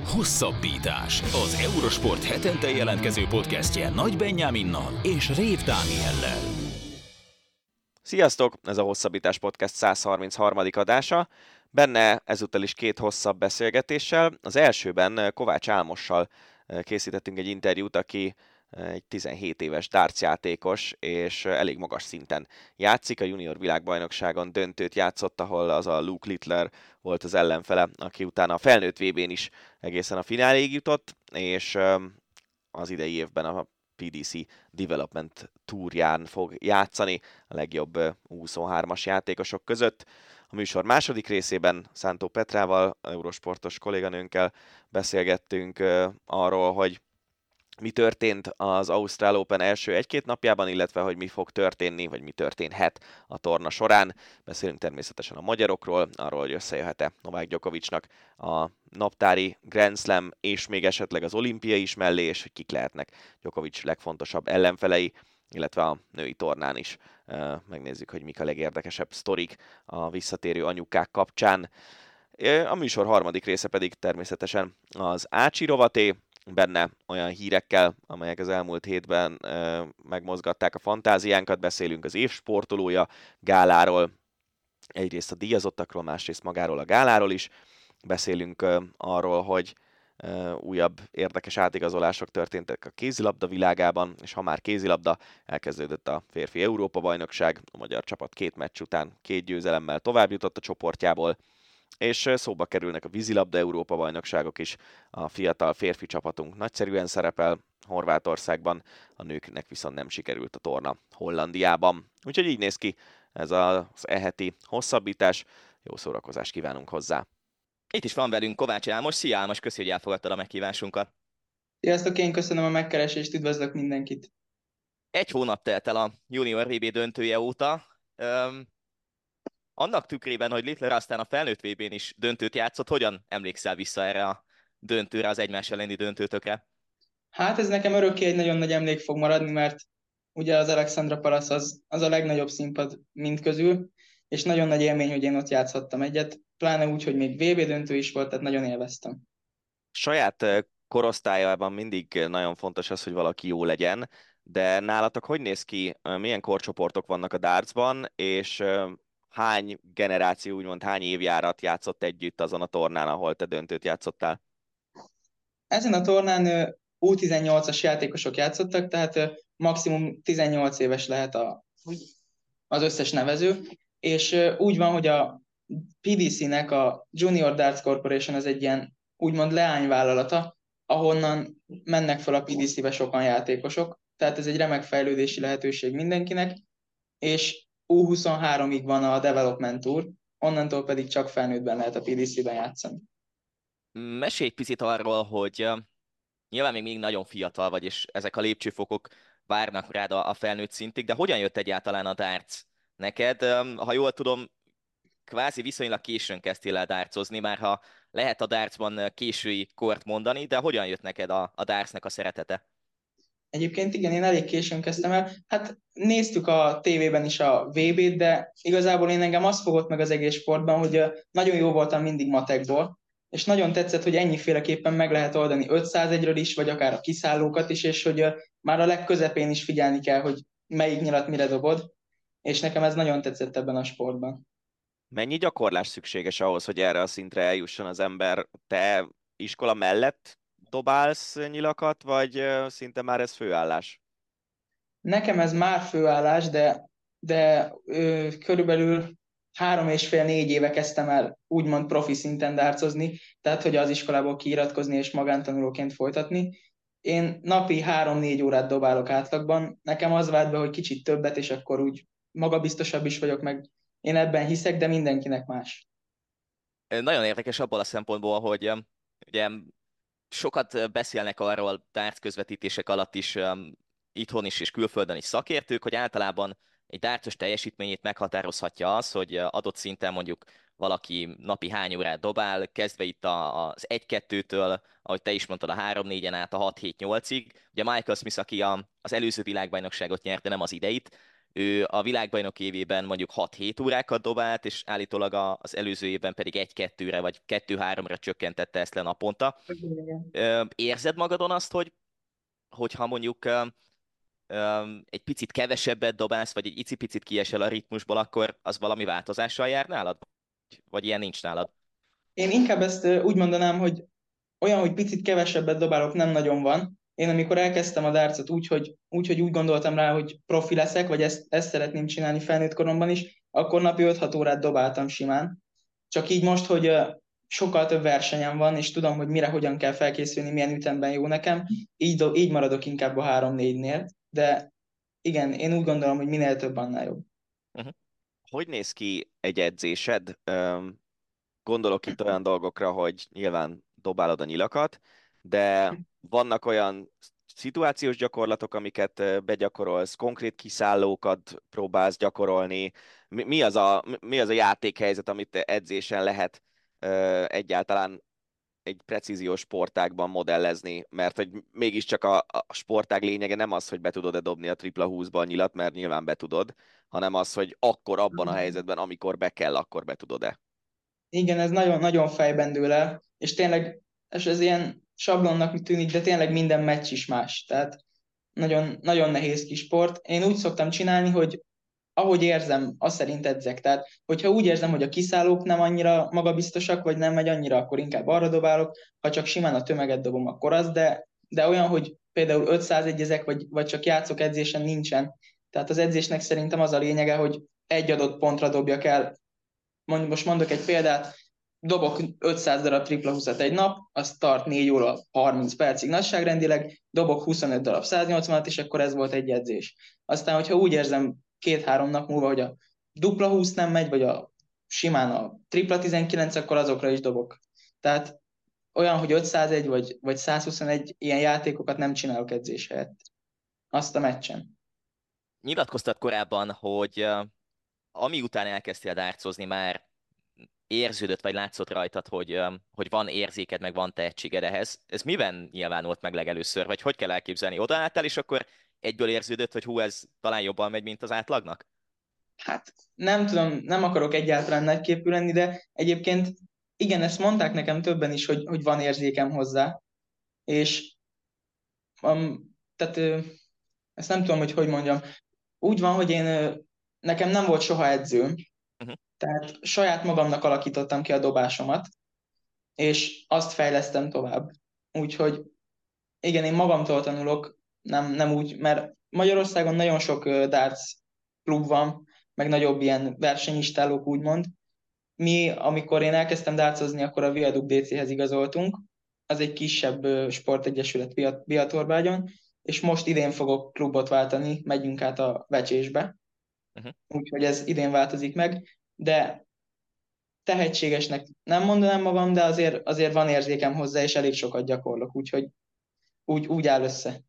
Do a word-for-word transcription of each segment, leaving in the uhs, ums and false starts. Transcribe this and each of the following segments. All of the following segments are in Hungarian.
Hosszabbítás. Az Eurosport hetente jelentkező podcastje Nagy Benyáminnal és Rév Dániellel. Sziasztok! Ez a Hosszabbítás Podcast száz harmincharmadik adása. Benne ezúttal is két hosszabb beszélgetéssel. Az elsőben Kovács Álmossal készítettünk egy interjút, aki egy tizenhét éves darts játékos, és elég magas szinten játszik. A junior világbajnokságon döntőt játszott, ahol az a Luke Littler volt az ellenfele, aki utána a felnőtt vé bén is egészen a fináléig jutott, és az idei évben a pé dé cé Development Tourján fog játszani a legjobb U huszonhármas játékosok között. A műsor második részében Szántó Petrával, eurosportos kolléganőnkkel beszélgettünk arról, hogy mi történt az Ausztrál Open első egy-két napjában, illetve hogy mi fog történni, vagy mi történhet a torna során. Beszélünk természetesen a magyarokról, arról, hogy összejöhet-e Novák Djokovicnak a naptári Grand Slam, és még esetleg az olimpia is mellé, és hogy kik lehetnek Djokovic legfontosabb ellenfelei, illetve a női tornán is. Megnézzük, hogy mik a legérdekesebb sztorik a visszatérő anyukák kapcsán. A műsor harmadik része pedig természetesen az Ácsi rovaté, benne olyan hírekkel, amelyek az elmúlt hétben e, megmozgatták a fantáziánkat. Beszélünk az év sportolója gáláról, egyrészt a díjazottakról, másrészt magáról a gáláról is. Beszélünk e, arról, hogy e, újabb érdekes átigazolások történtek a kézilabda világában, és ha már kézilabda, elkezdődött a férfi Európa-bajnokság, a magyar csapat két meccs után két győzelemmel tovább jutott a csoportjából, és szóba kerülnek a vízilabda Európa-bajnokságok is. A fiatal férfi csapatunk nagyszerűen szerepel Horvátországban, a nőknek viszont nem sikerült a torna Hollandiában. Úgyhogy így néz ki ez az e-heti hosszabbítás. Jó szórakozást kívánunk hozzá! Itt is van velünk Kovács Álmos. Szia Álmos, köszi, hogy elfogadtad a meghívásunkat. Sziasztok, én köszönöm a megkeresést, üdvözlök mindenkit! Egy hónap telt el a junior vé bé döntője óta. Üm, annak tükrében, hogy Littler aztán a felnőtt vé bén is döntőt játszott, hogyan emlékszel vissza erre a döntőre, az egymás elleni döntőtökre? Hát ez nekem örökké egy nagyon nagy emlék fog maradni, mert ugye az Alexandra Palace az, az a legnagyobb színpad mind közül, és nagyon nagy élmény, hogy én ott játszhattam egyet, pláne úgy, hogy még vé bé döntő is volt, tehát nagyon élveztem. Saját korosztályában mindig nagyon fontos az, hogy valaki jó legyen, de nálatok hogy néz ki, milyen korcsoportok vannak a dartsban, és hány generáció, úgymond hány évjárat játszott együtt azon a tornán, ahol te döntőt játszottál? Ezen a tornán U tizennyolcas játékosok játszottak, tehát maximum tizennyolc éves lehet a, az összes nevező, és úgy van, hogy a pé dé cé-nek a Junior Darts Corporation az egy ilyen úgymond leányvállalata, ahonnan mennek fel a pé dé cé-be sokan játékosok, tehát ez egy remek fejlődési lehetőség mindenkinek, és U huszonháromig van a Development Tour, onnantól pedig csak felnőttben lehet a pé dé cé-ben játszani. Mesélj egy picit arról, hogy uh, nyilván még mindig nagyon fiatal vagy, és ezek a lépcsőfokok várnak rád a, a felnőtt szintig, de hogyan jött egyáltalán a darts neked? Um, ha jól tudom, kvázi viszonylag későn kezdtél el dartsozni, már ha lehet a dartsban késői kort mondani, de hogyan jött neked a, a dartsnak a szeretete? Egyébként igen, én elég későn kezdtem el. Hát néztük a tévében is a vé bét, de igazából én engem azt fogott meg az egész sportban, hogy nagyon jó voltam mindig matekból, és nagyon tetszett, hogy ennyiféleképpen meg lehet oldani ötszázegyről is, vagy akár a kiszállókat is, és hogy már a legközepén is figyelni kell, hogy melyik nyilat mire dobod, és nekem ez nagyon tetszett ebben a sportban. Mennyi gyakorlás szükséges ahhoz, hogy erre a szintre eljusson az ember? Te iskola mellett dobálsz nyilakat, vagy szinte már ez főállás? Nekem ez már főállás, de, de ö, körülbelül három és fél, négy éve kezdtem el úgymond profi szinten dárcozni, tehát hogy az iskolából kiiratkozni és magántanulóként folytatni. Én napi három-négy órát dobálok átlagban. Nekem az vált be, hogy kicsit többet, és akkor úgy magabiztosabb is vagyok, meg én ebben hiszek, de mindenkinek más. Nagyon érdekes abból a szempontból, hogy um, ugye sokat beszélnek arról darts közvetítések alatt is, um, itthon is és külföldön is szakértők, hogy általában egy dartos teljesítményét meghatározhatja az, hogy adott szinten mondjuk valaki napi hány órát dobál, kezdve itt a, az egy-kettőtől, ahogy te is mondtad, a három-négyen át a hat-hét-nyolcig. Ugye Michael Smith, aki a, az előző világbajnokságot nyerte, nem az ideit, ő a világbajnok évében mondjuk hat-hét órákat dobált, és állítólag a- az előző évben pedig egy-kettőre vagy kettő-háromra csökkentette ezt le naponta. Igen. Ö, Érzed magadon azt, hogy hogyha mondjuk ö, ö, egy picit kevesebbet dobálsz, vagy egy icipicit kiesel a ritmusból, akkor az valami változással jár nálad? Vagy ilyen nincs nálad? Én inkább ezt ö, úgy mondanám, hogy olyan, hogy picit kevesebbet dobálok, nem nagyon van. Én amikor elkezdtem a dárcot úgy, hogy úgy, hogy úgy gondoltam rá, hogy profi leszek, vagy ezt, ezt szeretném csinálni felnőtt koromban is, akkor napi öt-hat órát dobáltam simán. Csak így most, hogy ö, sokkal több versenyem van, és tudom, hogy mire, hogyan kell felkészülni, milyen ütemben jó nekem, így, do, így maradok inkább a három-négynél. De igen, én úgy gondolom, hogy minél több, annál jobb. Uh-huh. Hogy néz ki egy edzésed? Öm, Gondolok itt olyan dolgokra, hogy nyilván dobálod a nyilakat, de vannak olyan szituációs gyakorlatok, amiket ö, begyakorolsz, konkrét kiszállókat próbálsz gyakorolni. Mi, mi az a, mi az a játékhelyzet, amit edzésen lehet ö, egyáltalán egy precíziós sportágban modellezni, mert hogy mégiscsak a, a sportág lényege nem az, hogy be tudod-e dobni a tripla húszba a nyilat, mert nyilván be tudod, hanem az, hogy akkor abban a helyzetben, amikor be kell, akkor be tudod-e. Igen, ez nagyon-nagyon fejben dől el, és tényleg, és ez ilyen sablonnak tűnik, de tényleg minden meccs is más. Tehát nagyon, nagyon nehéz kis sport. Én úgy szoktam csinálni, hogy ahogy érzem, azt szerint edzek. Tehát, hogyha úgy érzem, hogy a kiszállók nem annyira magabiztosak, vagy nem megy annyira, akkor inkább arra dobálok. Ha csak simán a tömeget dobom, akkor az, de, de olyan, hogy például ötszázegy ezek, vagy, vagy csak játszok edzésen, nincsen. Tehát az edzésnek szerintem az a lényege, hogy egy adott pontra dobjak el. Mondjuk most mondok egy példát, dobok ötszáz darab tripla húszat egy nap, az tart négy óra harminc percig nagyságrendileg, dobok huszonöt darab száznyolcvanat, és akkor ez volt egy edzés. Aztán, hogyha úgy érzem két-három nap múlva, hogy a dupla húsz nem megy, vagy a simán a tripla tizenkilenc, akkor azokra is dobok. Tehát olyan, hogy ötszázegy vagy, vagy százhuszonegy ilyen játékokat nem csinálok edzés helyett. Azt a meccsen. Nyilatkoztat korábban, hogy ö, ami után elkezdtél dárcozni, már érződött, vagy látszott rajtad, hogy, ö, hogy van érzéked, meg van tehetséged ehhez. Ez miben nyilvánult meg legelőször, vagy hogy kell elképzelni? Odaálltál, és akkor egyből érződött, hogy hú, ez talán jobban megy, mint az átlagnak? Hát nem tudom, nem akarok egyáltalán nagyképű lenni, de egyébként igen, ezt mondták nekem többen is, hogy, hogy van érzékem hozzá, és um, tehát ö, ezt nem tudom, hogy hogy mondjam. Úgy van, hogy én, ö, nekem nem volt soha edzőm, Uh-huh. tehát saját magamnak alakítottam ki a dobásomat, és azt fejlesztem tovább. Úgyhogy igen, én magamtól tanulok, nem, nem úgy, mert Magyarországon nagyon sok ö, darts klub van, meg nagyobb ilyen versenyistálók úgymond. Mi, amikor én elkezdtem dárcozni, akkor a Viaduct dé céhez igazoltunk, az egy kisebb ö, sportegyesület Biat- Biatorbágyon, és most idén fogok klubot váltani, megyünk át a Vecsésbe, Uh-huh. úgyhogy ez idén változik meg, de tehetségesnek nem mondanám magam, de azért, azért van érzékem hozzá, és elég sokat gyakorlok, úgyhogy úgy, úgy áll össze.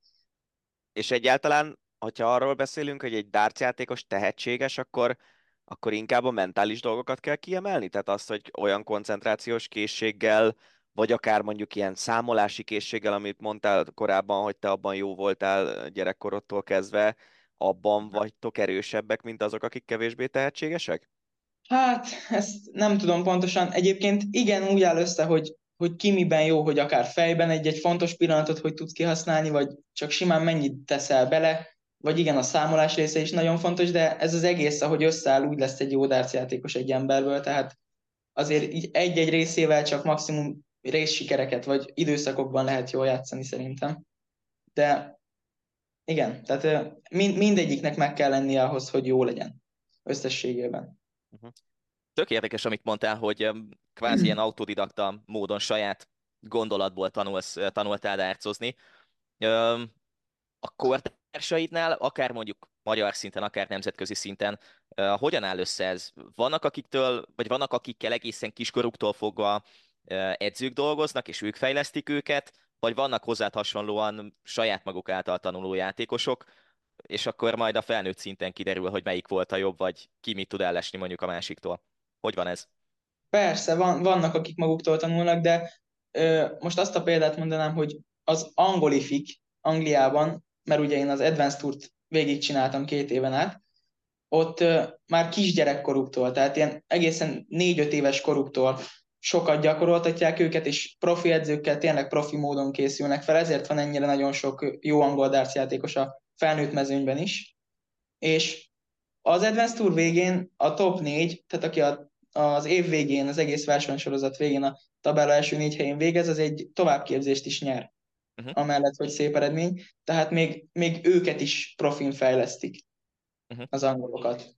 És egyáltalán, hogyha arról beszélünk, hogy egy darts játékos tehetséges, akkor, akkor inkább a mentális dolgokat kell kiemelni? Tehát azt, hogy olyan koncentrációs készséggel, vagy akár mondjuk ilyen számolási készséggel, amit mondtál korábban, hogy te abban jó voltál gyerekkorodtól kezdve, abban vagytok erősebbek, mint azok, akik kevésbé tehetségesek? Hát, ezt nem tudom pontosan. Egyébként igen, úgy áll össze, hogy, hogy ki miben jó, hogy akár fejben egy-egy fontos pillanatot, hogy tudsz kihasználni, vagy csak simán mennyit teszel bele, vagy igen, a számolás része is nagyon fontos, de ez az egész, ahogy összeáll, úgy lesz egy jó dárcjátékos egy emberből, tehát azért így egy-egy részével csak maximum részsikereket, vagy időszakokban lehet jól játszani szerintem. De igen, tehát ö, mind, mindegyiknek meg kell lennie ahhoz, hogy jó legyen összességében. Uh-huh. Tök érdekes, amit mondtál, hogy öm, kvázi ilyen autodidakta módon saját gondolatból tanulsz, tanultál dárcozni. Öm, A kortársaidnál, akár mondjuk magyar szinten, akár nemzetközi szinten, ö, hogyan áll össze ez? Vannak akiktől, vagy vannak akikkel egészen kiskoruktól fogva ö, edzők dolgoznak, és ők fejlesztik őket, vagy vannak hozzád hasonlóan saját maguk által tanuló játékosok, és akkor majd a felnőtt szinten kiderül, hogy melyik volt a jobb, vagy ki mit tud ellesni mondjuk a másiktól. Hogy van ez? Persze, van, vannak, akik maguktól tanulnak, de ö, most azt a példát mondanám, hogy az angolifik Angliában, mert ugye én az Advanced Tourt végigcsináltam két éven át, ott ö, már kisgyerekkoruktól, tehát ilyen egészen négy-öt éves koruktól sokat gyakoroltatják őket, és profi edzőkkel tényleg profi módon készülnek fel, ezért van ennyire nagyon sok jó angol darts játékos a felnőtt mezőnyben is. És az Advanced Tour végén a top négy, tehát aki a, az év végén, az egész versenysorozat végén a tabella első négy helyén végez, az egy továbbképzést is nyer, Uh-huh. amellett, hogy szép eredmény. Tehát még, még őket is profin fejlesztik, Uh-huh. az angolokat.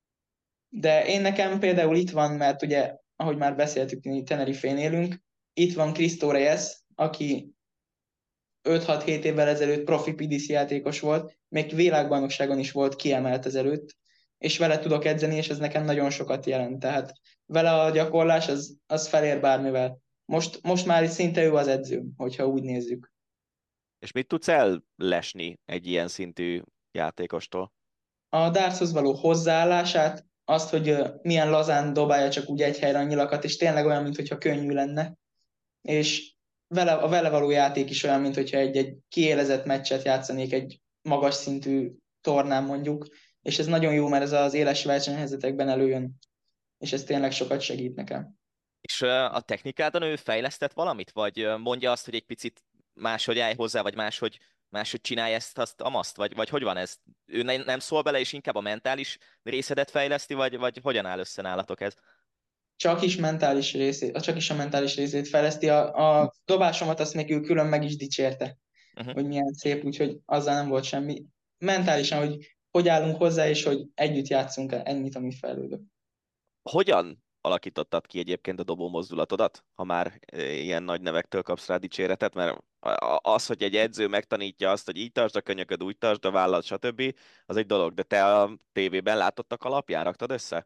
De én nekem például itt van, mert ugye, ahogy már beszéltük, mi Tenerife-n élünk, itt van Cristo Reyes, aki öt-hat-hét évvel ezelőtt profi pé dé cé játékos volt, még világbajnokságon is volt kiemelt ezelőtt, és vele tudok edzeni, és ez nekem nagyon sokat jelent. Tehát vele a gyakorlás az, az felér bármivel. Most, most már szinte ő az edzőm, hogyha úgy nézzük. És mit tudsz ellesni egy ilyen szintű játékostól? A dartshoz való hozzáállását, azt, hogy ö, milyen lazán dobálja csak úgy egy helyre a nyilakat, és tényleg olyan, mintha könnyű lenne. És vele, a vele való játék is olyan, mintha egy, egy kiélezett meccset játszanék egy magas szintű tornán mondjuk, és ez nagyon jó, mert ez az éles versenyhelyzetekben előjön, és ez tényleg sokat segít nekem. És ö, a technikádon ő fejlesztett valamit? Vagy ö, mondja azt, hogy egy picit máshogy állj hozzá, vagy máshogy, máshogy csinálj ezt, azt, amaszt? Vagy, vagy hogy van ez? Ő ne, nem szól bele, és inkább a mentális részedet fejleszti, vagy, vagy hogyan áll össze nálatok ez? Csak is mentális részét, csak is a mentális részét fejleszti. A, a dobásomat azt még ő külön meg is dicsérte, Uh-huh. hogy milyen szép, úgyhogy azzal nem volt semmi. Mentálisan, hogy hogy állunk hozzá, és hogy együtt játszunk ennyit, ami fejlődött. Hogyan alakítottad ki egyébként a dobó mozdulatodat, ha már eh, ilyen nagy nevektől kapsz rá dicséretet? Mert a- az, hogy egy edző megtanítja azt, hogy így tartsd a könyököd, úgy tartsd a vállad, stb., az egy dolog, de te a tévében látottak alapján raktad össze?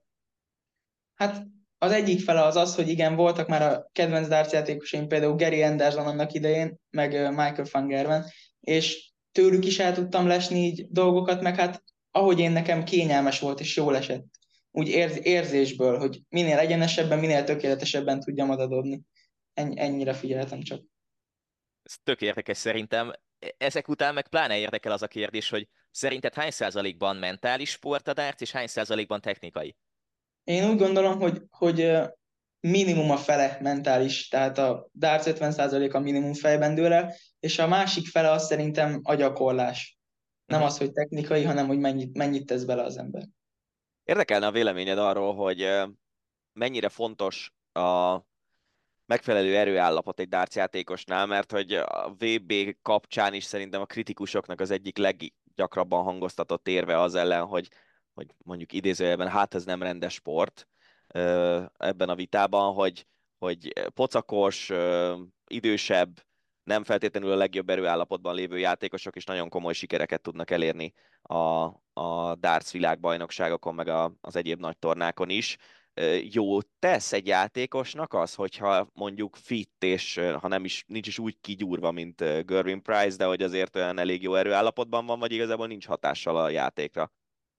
Hát az egyik fele az az, hogy igen, voltak már a kedvenc darts játékosaim, például Gary Anderson annak idején, meg ö, Michael van Gerwen, és tőlük is el tudtam lesni így dolgokat, meg hát ahogy én nekem kényelmes volt és jól esett. Úgy érz, érzésből, hogy minél egyenesebben, minél tökéletesebben tudjam odadobni. Ennyi, ennyire figyeltem csak. Ez tök érdekes szerintem. E- Ezek után meg pláne érdekel az a kérdés, hogy szerinted hány százalékban mentális sport a darts, és hány százalékban technikai? Én úgy gondolom, hogy, hogy ö, minimum a fele mentális, tehát a darts ötven százalék a minimum fejben dől el, és a másik fele az szerintem a gyakorlás. Nem Uh-huh. az, hogy technikai, hanem hogy mennyit, mennyit tesz bele az ember. Érdekelne a véleményed arról, hogy eh, mennyire fontos a megfelelő erőállapot egy darts játékosnál, mert hogy a vé bé kapcsán is szerintem a kritikusoknak az egyik leggyakrabban hangoztatott érve az ellen, hogy, hogy mondjuk idézőjelben hát ez nem rendes sport ö, ebben a vitában, hogy, hogy pocakos, ö, idősebb, nem feltétlenül a legjobb erőállapotban lévő játékosok is nagyon komoly sikereket tudnak elérni a, a darts világbajnokságokon, meg a, az egyéb nagy tornákon is. Jó tesz egy játékosnak az, hogyha mondjuk fit, és ha nem is, nincs is úgy kigyúrva, mint Gervin Price, de hogy azért olyan elég jó erőállapotban van, vagy igazából nincs hatással a játékra.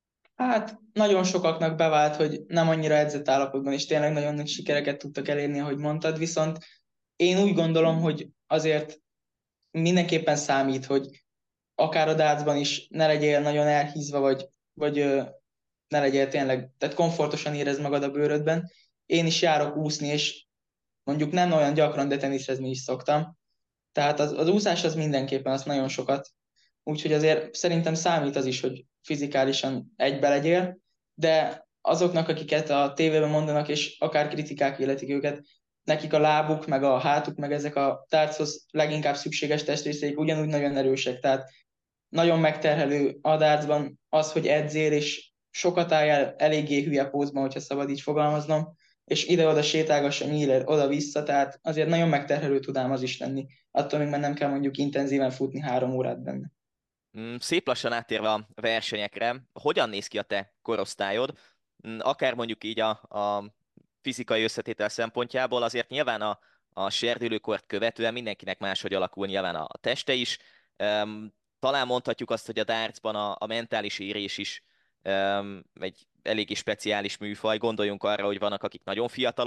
Hát nagyon sokaknak bevált, hogy nem annyira edzett állapotban, és tényleg nagyon nagy sikereket tudtak elérni, ahogy mondtad, viszont én úgy gondolom, hogy azért mindenképpen számít, hogy akár a dartsban is ne legyél nagyon elhízva, vagy, vagy ö, ne legyél tényleg, tehát komfortosan érezd magad a bőrödben. Én is járok úszni, és mondjuk nem olyan gyakran, de teniszezni is szoktam. Tehát az, az úszás az mindenképpen, az nagyon sokat. Úgyhogy azért szerintem számít az is, hogy fizikálisan egybe legyél, de azoknak, akiket a tévében mondanak, és akár kritikák illetik őket, nekik a lábuk, meg a hátuk, meg ezek a tárchoz leginkább szükséges testrészeik ugyanúgy nagyon erősek. Tehát nagyon megterhelő a dartsban az, hogy edzél, és sokat álljál eléggé hülye pózban, hogyha szabad így fogalmaznom, és ide-oda sétálgass a nyíler, oda-vissza, tehát azért nagyon megterhelő tudám az is lenni, attól még már nem kell mondjuk intenzíven futni három órát benne. Mm, Szép lassan áttérve a versenyekre, hogyan néz ki a te korosztályod? Mm, Akár mondjuk így a, a fizikai összetétel szempontjából, azért nyilván a, a serdülőkort követően mindenkinek máshogy alakul nyilván a teste is. Em, Talán mondhatjuk azt, hogy a dartsban a, a mentális érés is em, egy eléggé speciális műfaj. Gondoljunk arra, hogy vannak, akik nagyon fiatalon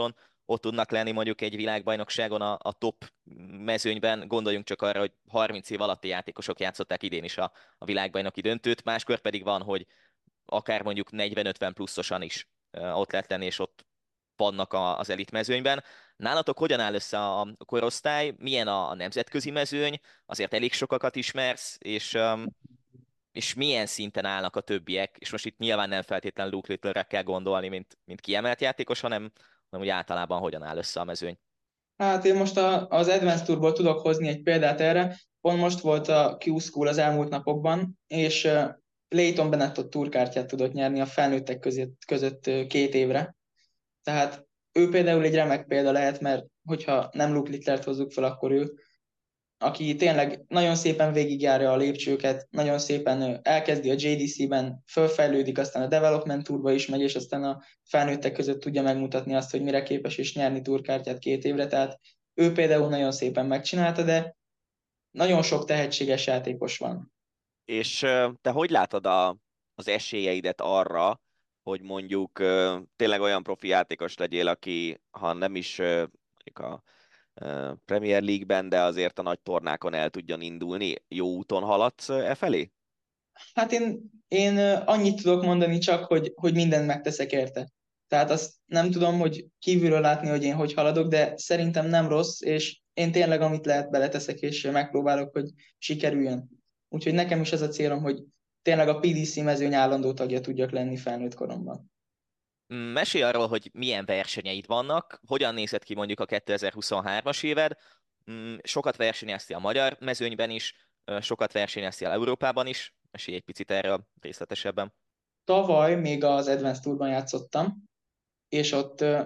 ott tudnak lenni mondjuk egy világbajnokságon a, a top mezőnyben. Gondoljunk csak arra, hogy harminc év alatti játékosok játszották idén is a, a világbajnoki döntőt, máskor pedig van, hogy akár mondjuk negyven-ötven pluszosan is ott lehet lenni, és ott vannak a, az elit mezőnyben. Nálatok hogyan áll össze a korosztály, milyen a, a nemzetközi mezőny, azért elég sokakat ismersz, és, um, és milyen szinten állnak a többiek, és most itt nyilván nem feltétlenül Luke Little-re kell gondolni, mint, mint kiemelt játékos, hanem, hanem úgy általában hogyan áll össze a mezőny. Hát én most a, az Advanced Tourból tudok hozni egy példát erre. Pont most volt a Q School az elmúlt napokban, és uh, Leighton Bennettot túrkártyát tudott nyerni a felnőttek között, között uh, két évre. Tehát ő például egy remek példa lehet, mert hogyha nem Luke Littler-t hozzuk fel, akkor ő, aki tényleg nagyon szépen végigjárja a lépcsőket, nagyon szépen elkezdi a J D C-ben, fölfejlődik, aztán a Development Tourba is megy, és aztán a felnőttek között tudja megmutatni azt, hogy mire képes, és nyerni túrkártyát két évre. Tehát ő például nagyon szépen megcsinálta, de nagyon sok tehetséges játékos van. És ö, te hogy látod a, az esélyeidet arra, hogy mondjuk ö, tényleg olyan profi játékos legyél, aki ha nem is ö, mondjuk a ö, Premier League-ben, de azért a nagy tornákon el tudjon indulni, jó úton haladsz ö, e felé? Hát én, én annyit tudok mondani csak, hogy, hogy mindent megteszek érte. Tehát azt nem tudom, hogy kívülről látni, hogy én hogy haladok, de szerintem nem rossz, és én tényleg amit lehet beleteszek, és megpróbálok, hogy sikerüljön. Úgyhogy nekem is az a célom, hogy tényleg a P D C mezőny állandó tagja tudjak lenni felnőtt koromban. Mesélj arról, hogy milyen versenyeid vannak, hogyan nézett ki mondjuk a kétezer-huszonhármas éved. Mm, Sokat versenyeztél a magyar mezőnyben is, ö, sokat versenyeztél Európában is. Mesélj egy picit erről részletesebben. Tavaly még az Advanced Tourban játszottam, és ott ö,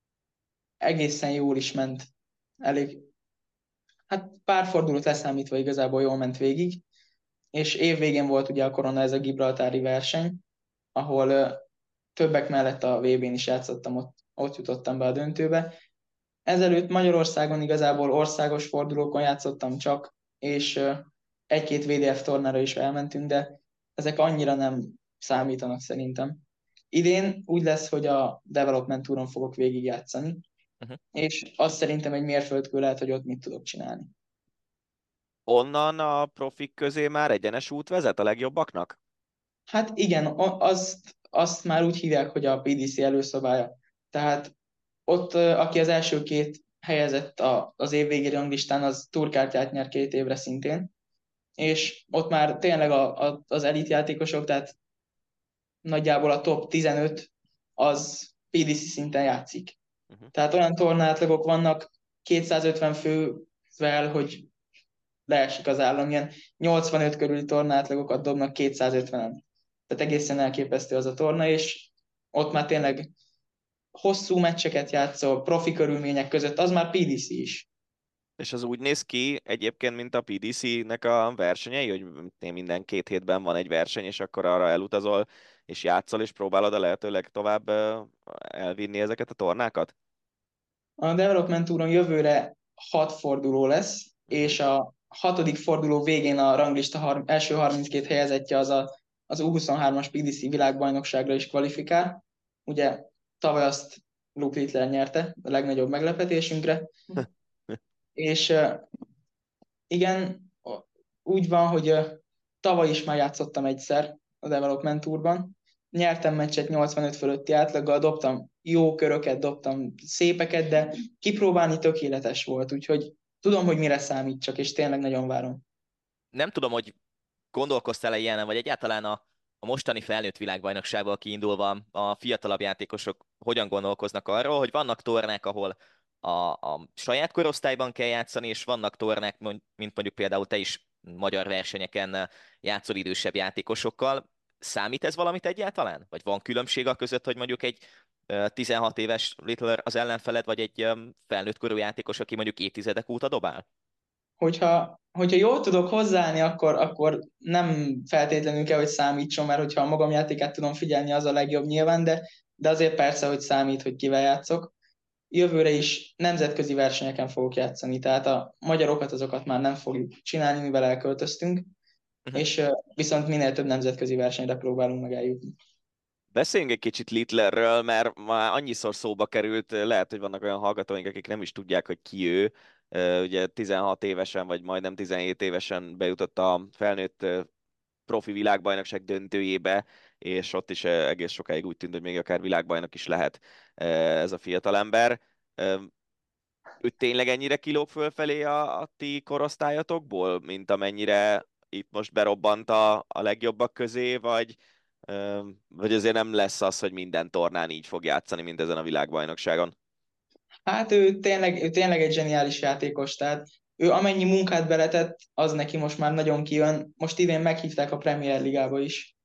egészen jól is ment. Elég, hát pár fordulót leszámítva igazából jól ment végig, és évvégén volt ugye a korona, ez a gibraltári verseny, ahol ö, többek mellett a vé bén is játszottam, ott, ott jutottam be a döntőbe. Ezelőtt Magyarországon igazából országos fordulókon játszottam csak, és ö, egy-két vé dé ef tornára is elmentünk, de ezek annyira nem számítanak szerintem. Idén úgy lesz, hogy a Development Touron fogok végigjátszani, Uh-huh. és azt szerintem egy mérföldkő lehet, hogy ott mit tudok csinálni. Onnan a profik közé már egyenes út vezet a legjobbaknak? Hát igen, a- azt, azt már úgy hívják, hogy a P D C előszobája. Tehát ott, ö, aki az első két helyezett a, az évvégi ranglistán, az túrkártyát nyer két évre szintén, és ott már tényleg a, a, az elit játékosok, tehát nagyjából a top tizenöt az P D C szinten játszik. Uh-huh. Tehát olyan tornátlagok vannak kétszázötven fővel, hogy leesik az állam, ilyen nyolcvanöt körüli tornátlagokat dobnak kétszázötvenen. Tehát egészen elképesztő az a torna, és ott már tényleg hosszú meccseket játszol, profi körülmények között, az már P D C is. És az úgy néz ki egyébként, mint a P D C-nek a versenyei, hogy minden két hétben van egy verseny, és akkor arra elutazol, és játszol, és próbálod a lehetőleg tovább ö, elvinni ezeket a tornákat? A Development Touron jövőre hat forduló lesz, és a hatodik forduló végén a ranglista har- első harminckét helyezettje az a, az U huszonhármas P D C világbajnokságra is kvalifikál. Ugye tavaly azt Luke Littler nyerte, a legnagyobb meglepetésünkre. És uh, igen, úgy van, hogy uh, tavaly is már játszottam egyszer a Development Tourban. Nyertem meccset nyolcvanöt fölötti átlaggal, dobtam jó köröket, dobtam szépeket, de kipróbálni tökéletes volt, úgyhogy tudom, hogy mire számít csak, és tényleg nagyon várom. Nem tudom, hogy gondolkoztál-e ilyenen, vagy egyáltalán a, a mostani felnőtt világbajnokságból kiindulva a fiatalabb játékosok hogyan gondolkoznak arról, hogy vannak tornák, ahol a, a saját korosztályban kell játszani, és vannak tornák, mint mondjuk például te is magyar versenyeken játszol idősebb játékosokkal. Számít ez valamit egyáltalán? Vagy van különbség a között, hogy mondjuk egy ö, tizenhat éves Littler az ellenfeled, vagy egy ö, felnőtt korú játékos, aki mondjuk évtizedek óta dobál? Hogyha, hogyha jól tudok hozzáállni, akkor, akkor nem feltétlenül kell, hogy számítson, mert hogyha a magam játékát tudom figyelni, az a legjobb nyilván, de, de azért persze, hogy számít, hogy kivel játszok. Jövőre is nemzetközi versenyeken fogok játszani, tehát a magyarokat azokat már nem fogjuk csinálni, mivel elköltöztünk, Uh-huh. és uh, viszont minél több nemzetközi versenyre próbálunk meg eljutni. Beszéljünk egy kicsit Littlerről, mert már annyiszor szóba került, lehet, hogy vannak olyan hallgatóink, akik nem is tudják, hogy ki ő. Ugye tizenhat évesen, vagy majdnem tizenhét évesen bejutott a felnőtt profi világbajnokság döntőjébe, és ott is egész sokáig úgy tűnt, hogy még akár világbajnok is lehet ez a fiatalember. Ő tényleg ennyire kilóg fölfelé a, a ti korosztályatokból, mint amennyire itt most berobbant a, a legjobbak közé, vagy, vagy azért nem lesz az, hogy minden tornán így fog játszani, mint ezen a világbajnokságon? Hát ő tényleg, ő tényleg egy zseniális játékos, tehát ő amennyi munkát beletett, az neki most már nagyon kijön. Most idén meghívták a Premier Ligába is,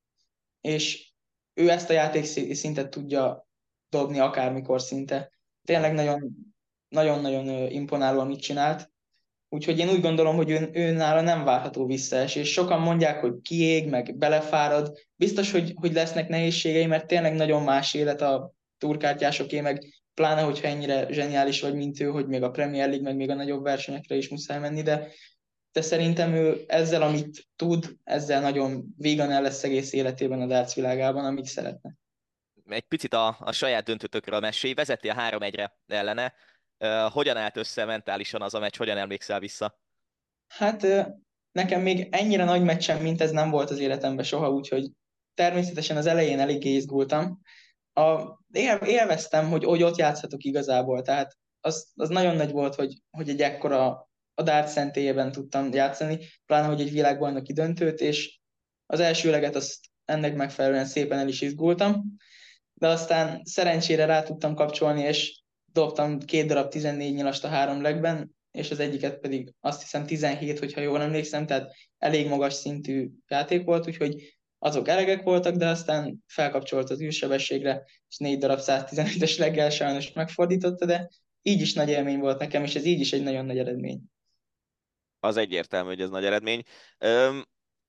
és ő ezt a játékszintet tudja dobni akármikor szinte. Tényleg nagyon, nagyon-nagyon imponáló, amit csinált. Úgyhogy én úgy gondolom, hogy ő, ő nála nem várható visszaesés. Sokan mondják, hogy kiég, meg belefárad. Biztos, hogy, hogy lesznek nehézségei, mert tényleg nagyon más élet a túrkártyásoké, meg pláne, hogyha ennyire zseniális vagy, mint ő, hogy még a Premier League, meg még a nagyobb versenyekre is muszáj menni, de, de szerintem ő ezzel, amit tud, ezzel nagyon vígan el lesz egész életében a darts világában, amit szeretne. Egy picit a, a saját döntőtökről mesélj, vezeti a három egyre ellene. Uh, hogyan állt össze mentálisan az a meccs, hogyan emlékszel vissza? Hát nekem még ennyire nagy meccsem, mint ez nem volt az életemben soha, úgyhogy természetesen az elején eléggé izgultam. A, él, élveztem, hogy, hogy ott játszhatok igazából, tehát az, az nagyon nagy volt, hogy, hogy egy ekkora a darts szentélyében tudtam játszani, pláne, hogy egy világbajnoki döntőt, és az első leget azt ennek megfelelően szépen el is izgultam, de aztán szerencsére rá tudtam kapcsolni, és dobtam két darab tizennégy nyilast a három legben, és az egyiket pedig azt hiszem tizenhét, hogyha jól emlékszem, tehát elég magas szintű játék volt, úgyhogy azok elegek voltak, de aztán felkapcsolt az űrsebességre, és négy darab száztizenötös leggel sajnos megfordította, de így is nagy élmény volt nekem, és ez így is egy nagyon nagy eredmény. Az egyértelmű, hogy ez nagy eredmény. Öm,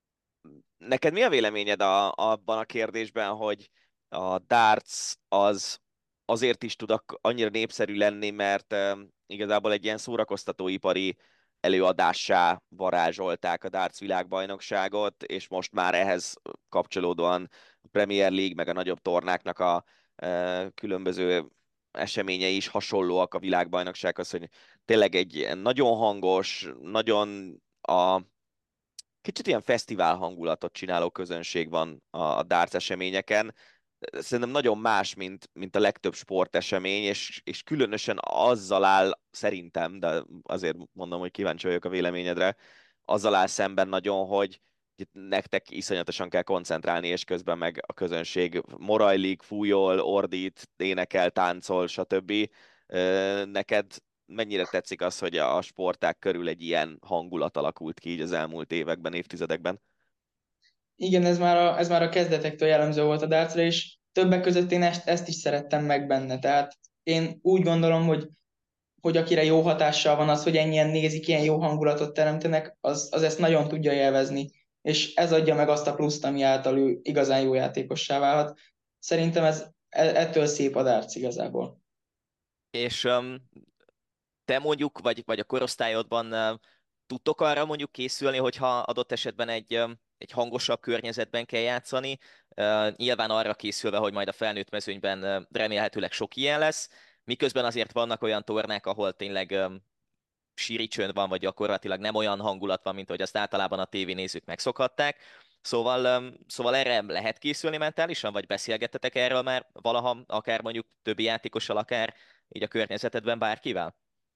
Neked mi a véleményed a, abban a kérdésben, hogy a darts az azért is tud ak- annyira népszerű lenni, mert um, igazából egy ilyen szórakoztatóipari előadássá varázsolták a darts világbajnokságot, és most már ehhez kapcsolódóan a Premier League meg a nagyobb tornáknak a uh, különböző eseményei is hasonlóak a világbajnoksághoz, hogy tényleg egy ilyen nagyon hangos, nagyon a kicsit ilyen fesztivál hangulatot csináló közönség van a, a darts eseményeken. Szerintem nagyon más, mint, mint a legtöbb sportesemény, és, és különösen azzal áll, szerintem, de azért mondom, hogy kíváncsi vagyok a véleményedre, azzal áll szemben nagyon, hogy itt nektek iszonyatosan kell koncentrálni, és közben meg a közönség morajlik, fújol, ordít, énekel, táncol, stb. Ö, Neked mennyire tetszik az, hogy a sporták körül egy ilyen hangulat alakult ki így az elmúlt években, évtizedekben? Igen, ez már a, ez már a kezdetektől jellemző volt a dartsra, és többek között én ezt, ezt is szerettem meg benne. Tehát én úgy gondolom, hogy hogy akire jó hatással van az, hogy ennyien nézik, ilyen jó hangulatot teremtenek, az, az ezt nagyon tudja élvezni, és ez adja meg azt a pluszt, ami által ő igazán jó játékossá válhat. Szerintem ez e- ettől szép a darts igazából. És um, te mondjuk, vagy, vagy a korosztályodban uh, tudtok arra mondjuk készülni, hogyha adott esetben egy, um, egy hangosabb környezetben kell játszani, uh, nyilván arra készülve, hogy majd a felnőtt mezőnyben uh, remélhetőleg sok ilyen lesz, miközben azért vannak olyan tornák, ahol tényleg um, síri csönd van, vagy gyakorlatilag nem olyan hangulat van, mint hogy azt általában a tévénézők megszokhatták. Szóval, um, szóval erre lehet készülni mentálisan, vagy beszélgettetek erről már valaha, akár mondjuk többi játékossal, akár így a környezetedben bárkivel?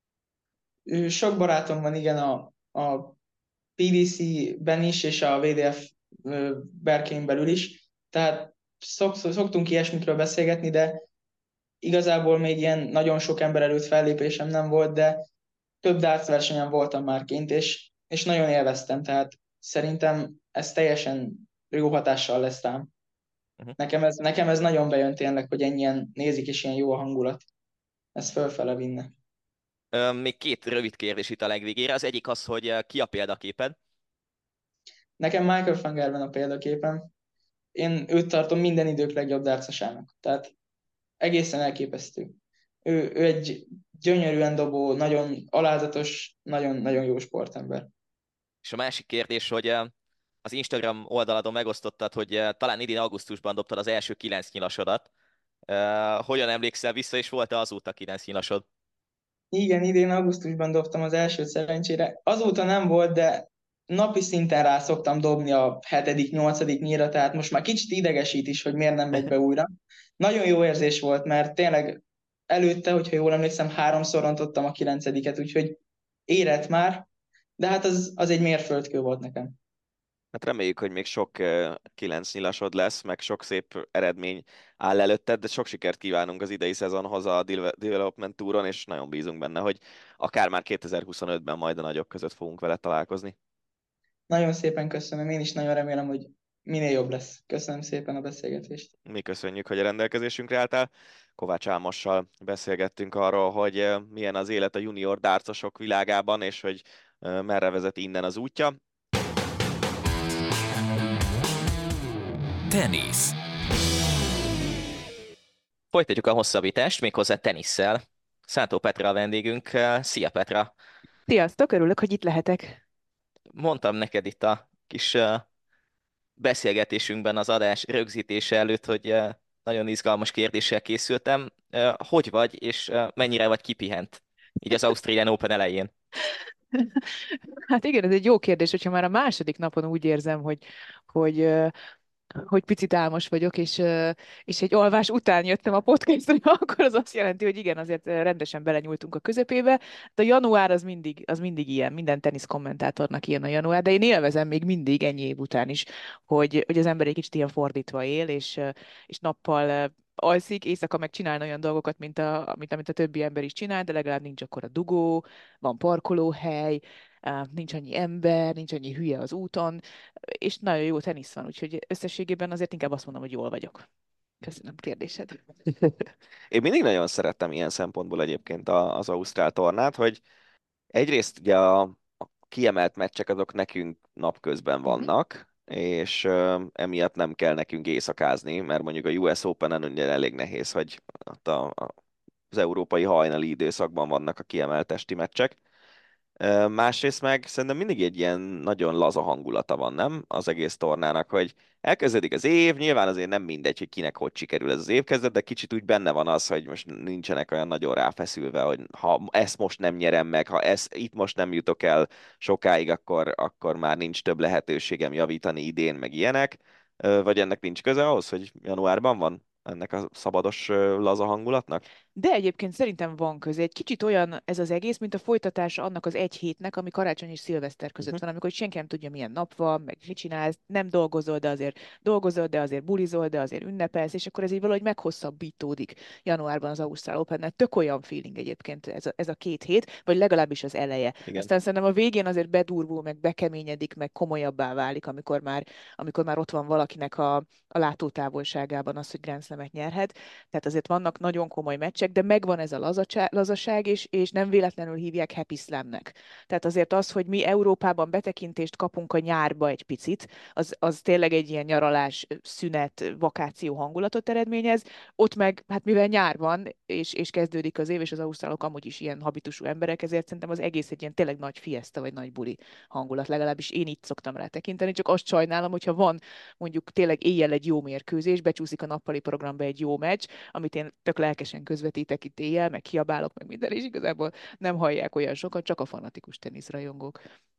Ő- Sok barátom van, igen, a, a pé vé cé-ben is, és a vé dé ef ö, berkein belül is, tehát szok, szoktunk ilyesmikről beszélgetni, de igazából még ilyen nagyon sok ember előtt fellépésem nem volt, de több darts versenyen voltam már kint, és, és nagyon élveztem, tehát szerintem ez teljesen jó hatással lesz rám. Uh-huh. Nekem ez, nekem ez nagyon bejön tényleg, hogy ennyien nézik, és ilyen jó a hangulat. Ez fölfele vinne. Ö, Még két rövid kérdés itt a legvégére. Az egyik az, hogy ö, ki a példaképed? Nekem Michael van Gerwen a példaképen. Én őt tartom minden idők legjobb dartsosának. Tehát egészen elképesztő. Ő, ő egy gyönyörűen dobó, nagyon alázatos, nagyon-nagyon jó sportember. És a másik kérdés, hogy ö, az Instagram oldaladon megosztottad, hogy uh, talán idén augusztusban dobtad az első kilenc nyilasodat. Uh, hogyan emlékszel vissza, és volt-e azóta kilenc nyilasod? Igen, idén augusztusban dobtam az elsőt szerencsére. Azóta nem volt, de napi szinten rá szoktam dobni a hetedik, nyolcadik nyíra, tehát most már kicsit idegesít is, hogy miért nem megy be újra. Nagyon jó érzés volt, mert tényleg előtte, hogyha jól emlékszem, háromszor rontottam a kilencediket, úgyhogy érett már, de hát az, az egy mérföldkő volt nekem. Hát reméljük, hogy még sok uh, kilenc nyilasod lesz, meg sok szép eredmény áll előtted, de sok sikert kívánunk az idei szezonhoz a Development Touron, és nagyon bízunk benne, hogy akár már kétezer-huszonötben majd a nagyok között fogunk vele találkozni. Nagyon szépen köszönöm, én is nagyon remélem, hogy minél jobb lesz. Köszönöm szépen a beszélgetést. Mi köszönjük, hogy a rendelkezésünkre álltál. Kovács Álmossal beszélgettünk arról, hogy uh, milyen az élet a junior dárcosok világában, és hogy uh, merre vezet innen az útja. Tenisz. Folytatjuk a hosszabbítást, méghozzá tenisszel. Szántó Petra a vendégünk. Szia Petra! Sziasztok, örülök, hogy itt lehetek. Mondtam neked itt a kis uh, beszélgetésünkben az adás rögzítése előtt, hogy uh, nagyon izgalmas kérdéssel készültem. Uh, hogy vagy, és uh, mennyire vagy kipihent? Így az Australian Open elején. Hát igen, ez egy jó kérdés, hogyha már a második napon úgy érzem, hogy, hogy, ö, hogy picit álmos vagyok, és, ö, és egy alvás után jöttem a podcastra, akkor az azt jelenti, hogy igen, azért rendesen belenyúltunk a közepébe. De a január az mindig, az mindig ilyen, minden tenisz kommentátornak ilyen a január, de én élvezem még mindig ennyi év után is, hogy, hogy az ember egy kicsit ilyen fordítva él, és, ö, és nappal ö, alszik, éjszaka meg csinál olyan dolgokat, mint, a, mint amit a többi ember is csinál, de legalább nincs akkor a dugó, van parkolóhely, á, nincs annyi ember, nincs annyi hülye az úton, és nagyon jó tenisz van, úgyhogy összességében azért inkább azt mondom, hogy jól vagyok. Köszönöm kérdésed. Én mindig nagyon szerettem ilyen szempontból egyébként a- az Ausztrál tornát, hogy egyrészt ugye a, a kiemelt meccsek azok nekünk napközben Mhm. vannak, és ö, emiatt nem kell nekünk éjszakázni, mert mondjuk a U S Open-en ugye elég nehéz, hogy ott a, a, az európai hajnali időszakban vannak a kiemelt esti meccsek. Ö, Másrészt meg szerintem mindig egy ilyen nagyon laza hangulata van, nem? Az egész tornának, hogy elkezdődik az év, nyilván azért nem mindegy, hogy kinek hogy sikerül ez az évkezdet, de kicsit úgy benne van az, hogy most nincsenek olyan nagyon ráfeszülve, hogy ha ezt most nem nyerem meg, ha ezt, itt most nem jutok el sokáig, akkor, akkor már nincs több lehetőségem javítani idén, meg ilyenek. Ö, Vagy ennek nincs köze ahhoz, hogy januárban van ennek a szabados, ö, laza hangulatnak? De egyébként szerintem van köze. Egy kicsit olyan ez az egész, mint a folytatása annak az egy hétnek, ami karácsony és szilveszter között Uh-huh. van, amikor senki nem tudja, milyen nap van, meg mit csinálsz, nem dolgozol, de azért dolgozol, de azért bulizol, de azért ünnepelsz, és akkor ez így valahogy meghosszabbítódik januárban az Ausztrál Open-nel. Tök olyan feeling egyébként ez a, ez a két hét, vagy legalábbis az eleje. Igen. Aztán szerintem a végén azért bedurvul, meg bekeményedik, meg komolyabbá válik, amikor már, amikor már ott van valakinek a, a látótávolságában az, hogy Grand Slamet nyerhet. Tehát azért vannak nagyon komoly meccsek, de megvan ez a lazacsá- lazaság, és, és nem véletlenül hívják Happy Slamnek. Tehát azért az, hogy mi Európában betekintést kapunk a nyárba egy picit, az, az tényleg egy ilyen nyaralás, szünet, vakáció hangulatot eredményez. Ott meg, hát mivel nyár van, és, és kezdődik az év, és az ausztrálok amúgy is ilyen habitusú emberek, ezért szerintem az egész egy ilyen tényleg nagy fiesta, vagy nagy buli hangulat. Legalábbis én így szoktam rá tekinteni, csak azt sajnálom, hogyha van mondjuk tényleg éjjel egy jó mérkőzés, becsúszik a nappali programba egy jó meccs, amit én tök lelkesen közvetítek itt éjjel, meg kiabálok, meg minden, és igazából nem hallják olyan sokat, csak a fanatikus teniszrajongók.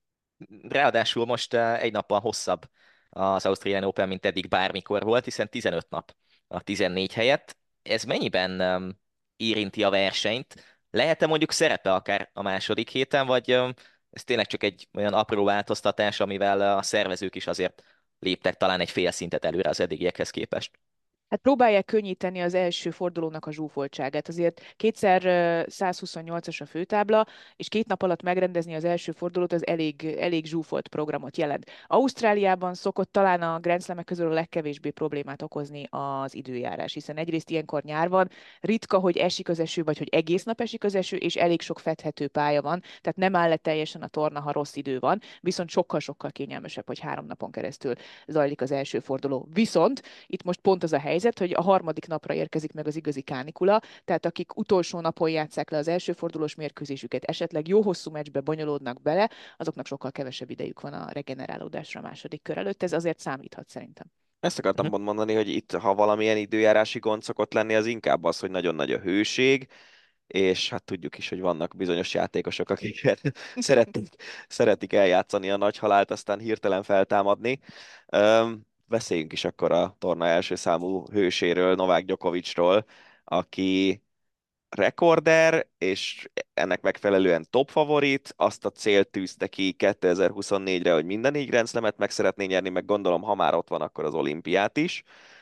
Ráadásul most uh, egy nappal hosszabb az Australian Open, mint eddig bármikor volt, hiszen tizenöt nap a tizennégy helyett. Ez mennyiben um, érinti a versenyt? Lehet-e mondjuk szerepe akár a második héten, vagy um, ez tényleg csak egy olyan apró változtatás, amivel uh, a szervezők is azért léptek talán egy fél szintet előre az eddigiekhez képest? Hát próbálják könnyíteni az első fordulónak a zsúfoltságát. Azért kétszer ö, százhuszonnyolcas a főtábla, és két nap alatt megrendezni az első fordulót, az elég, elég zsúfolt programot jelent. Ausztráliában szokott talán a Grand Slamek közül a legkevésbé problémát okozni az időjárás, hiszen egyrészt ilyenkor nyár van, ritka, hogy esik az eső, vagy hogy egész nap esik az eső, és elég sok fedhető pálya van, tehát nem áll le teljesen a torna, ha rossz idő van, viszont sokkal-sokkal kényelmesebb, hogy három napon keresztül zajlik az első forduló. Viszont itt most pont az a helyzet, helyzet, hogy a harmadik napra érkezik meg az igazi kánikula, tehát akik utolsó napon játsszák le az első fordulós mérkőzésüket, esetleg jó hosszú meccsbe bonyolódnak bele, azoknak sokkal kevesebb idejük van a regenerálódásra a második kör előtt. Ez azért számíthat szerintem. Ezt akartam Mhm. pont mondani, hogy itt, ha valamilyen időjárási gond szokott lenni, az inkább az, hogy nagyon nagy a hőség, és hát tudjuk is, hogy vannak bizonyos játékosok, akik szeretik, szeretik eljátszani a nagy halált, aztán hirtelen feltámadni. Öm, beszéljünk is akkor a torna első számú hőséről, Novák Djokovicról, aki rekorder, és ennek megfelelően top favorit, azt a célt tűzte ki kétezer-huszonnégyre, hogy minden négy Grand Slamet meg szeretné nyerni, meg gondolom, ha már ott van, akkor az olimpiát is.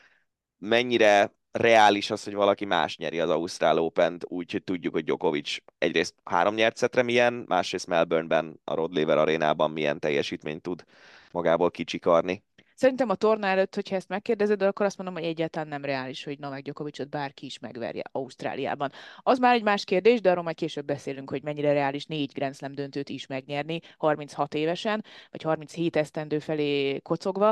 Mennyire reális az, hogy valaki más nyeri az Ausztrál Opent, úgyhogy tudjuk, hogy Djokovic egyrészt három nyert szettre milyen, másrészt Melbourneben, a Rod Laver arénában milyen teljesítményt tud magából kicsikarni. Szerintem a torna előtt, hogyha ezt megkérdezed, akkor azt mondom, hogy egyáltalán nem reális, hogy Novák Djokovicot bárki is megverje Ausztráliában. Az már egy más kérdés, de arról majd később beszélünk, hogy mennyire reális négy Grand Slam döntőt is megnyerni harminchat évesen, vagy harminchét esztendő felé kocogva.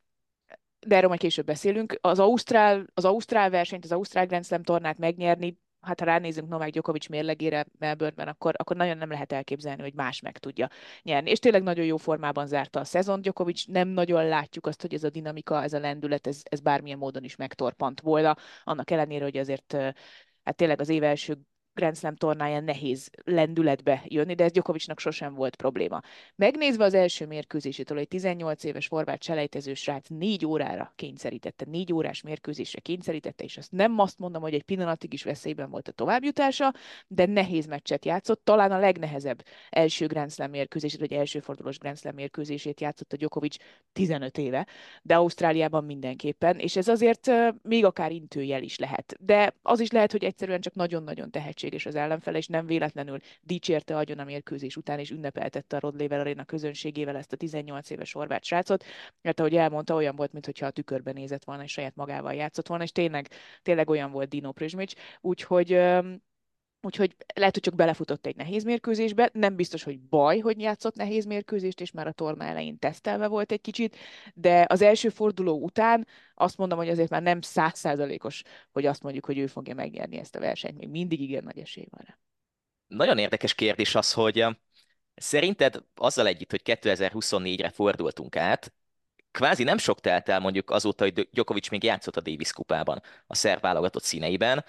De erről majd később beszélünk. Az Ausztrál, az Ausztrál versenyt, az Ausztrál Grand Slam tornát megnyerni, hát ha ránézünk Novák Djokovic mérlegére Melbourneben, akkor, akkor nagyon nem lehet elképzelni, hogy más meg tudja nyerni. És tényleg nagyon jó formában zárta a szezon. Djokovic, nem nagyon látjuk azt, hogy ez a dinamika, ez a lendület, ez, ez bármilyen módon is megtorpant volna. Annak ellenére, hogy azért hát tényleg az év első Grand Slam tornáján nehéz lendületbe jönni, de ez Djokovicnak sosem volt probléma. Megnézve az első mérkőzésétől, egy tizennyolc éves horvát selejtező srác négy órára kényszerítette, négy órás mérkőzésre kényszerítette, és azt nem azt mondom, hogy egy pillanatig is veszélyben volt a továbbjutása, de nehéz meccset játszott, talán a legnehezebb első Grand Slam mérkőzését, vagy első fordulós Grand Slam mérkőzését játszott a Djokovic tizenöt éve, de Ausztráliában mindenképpen, és ez azért még akár intőjel is lehet. De az is lehet, hogy egyszerűen csak nagyon-nagyon tehetséges az ellenfele, és nem véletlenül dicsérte agyon a mérkőzés után, és ünnepeltette a Rod Laver Arena közönségével ezt a tizennyolc éves horvát srácot, mert ahogy elmondta, olyan volt, mintha a tükörben nézett volna, és saját magával játszott volna, és tényleg, tényleg olyan volt Dino Prizmic, úgyhogy Úgyhogy lehet, hogy csak belefutott egy nehéz mérkőzésbe, nem biztos, hogy baj, hogy játszott nehéz mérkőzést, és már a torna elején tesztelve volt egy kicsit, de az első forduló után azt mondom, hogy azért már nem százszázalékos, hogy azt mondjuk, hogy ő fogja megnyerni ezt a versenyt. Még mindig igen nagy esély van rá. Nagyon érdekes kérdés az, hogy eh, szerinted azzal együtt, hogy kétezer-huszonnégyre fordultunk át, kvázi nem sok telt el mondjuk azóta, hogy Djokovic még játszott a Davis kupában, a szerb válogatott színeiben.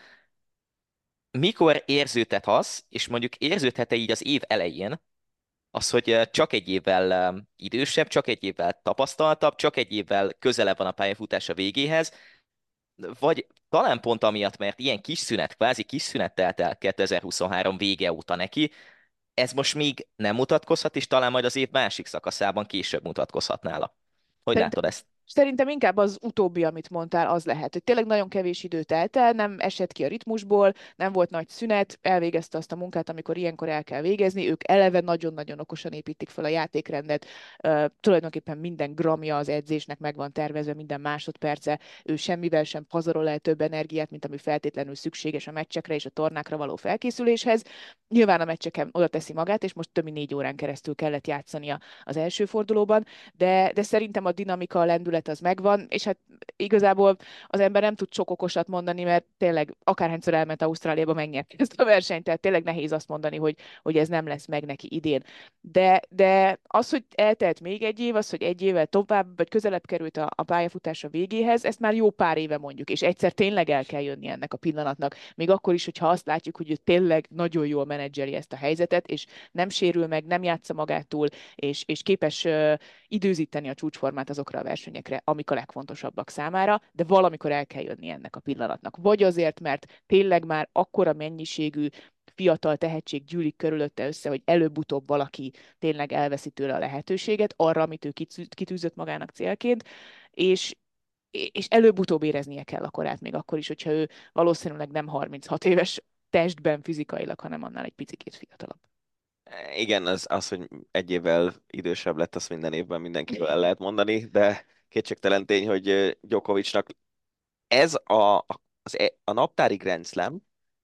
Mikor érződhet az, és mondjuk érződhet-e így az év elején, az, hogy eh, csak egy évvel eh, idősebb, csak egy évvel tapasztaltabb, csak egy évvel közelebb van a pályafutása végéhez, vagy talán pont amiatt, mert ilyen kis szünet, kvázi kis szünet telt el kétezer-huszonhárom vége óta neki, ez most még nem mutatkozhat, és talán majd az év másik szakaszában később mutatkozhat nála. Hogy Szerintem, látod ezt? szerintem inkább az utóbbi, amit mondtál, az lehet, hogy tényleg nagyon kevés idő telt el, nem esett ki a ritmusból, nem volt nagy szünet, elvégezte azt a munkát, amikor ilyenkor el kell végezni. Ők eleve nagyon-nagyon okosan építik fel a játékrendet, uh, tulajdonképpen minden gramja az edzésnek meg van tervezve, minden másodperce, ő semmivel sem pazarol el több energiát, mint ami feltétlenül szükséges a meccsekre és a tornákra való felkészüléshez. Nyilván a meccseken oda teszi magát, és most több mint négy órán keresztül kellett játszania az első fordulóban, de, de szerintem a dinamika, a lendület az megvan, és hát igazából az ember nem tud sok okosat mondani, mert tényleg akárhányszor elment Ausztráliába, megnyerte ezt a versenyt, tehát tényleg nehéz azt mondani, hogy, hogy ez nem lesz meg neki idén. De, de az, hogy eltelt még egy év, az, hogy egy évvel tovább, vagy közelebb került a, a pályafutása végéhez, ezt már jó pár éve mondjuk, és egyszer tényleg el kell jönni ennek a pillanatnak, még akkor is, hogyha azt látjuk, hogy ő tényleg nagyon jól menedzseli ezt a helyzetet, és nem sérül meg, nem játsza magát túl, és, és képes uh, időzíteni a csúcsformát azokra a versenyekre, amik a legfontosabbak számára, de valamikor el kell jönni ennek a pillanatnak. Vagy azért, mert tényleg már akkora mennyiségű fiatal tehetség gyűlik körülötte össze, hogy előbb-utóbb valaki tényleg elveszi tőle a lehetőséget arra, amit ő kitűzött magának célként, és, és előbb-utóbb éreznie kell a korát, még akkor is, hogyha ő valószínűleg nem harminchat éves testben fizikailag, hanem annál egy picikét fiatalabb. Igen, az, az, hogy egy évvel idősebb lett, azt minden évben mindenkiről el lehet mondani, de kétségtelen tény, hogy Djokovicnak ez a, az, e- a naptári Grand Slam,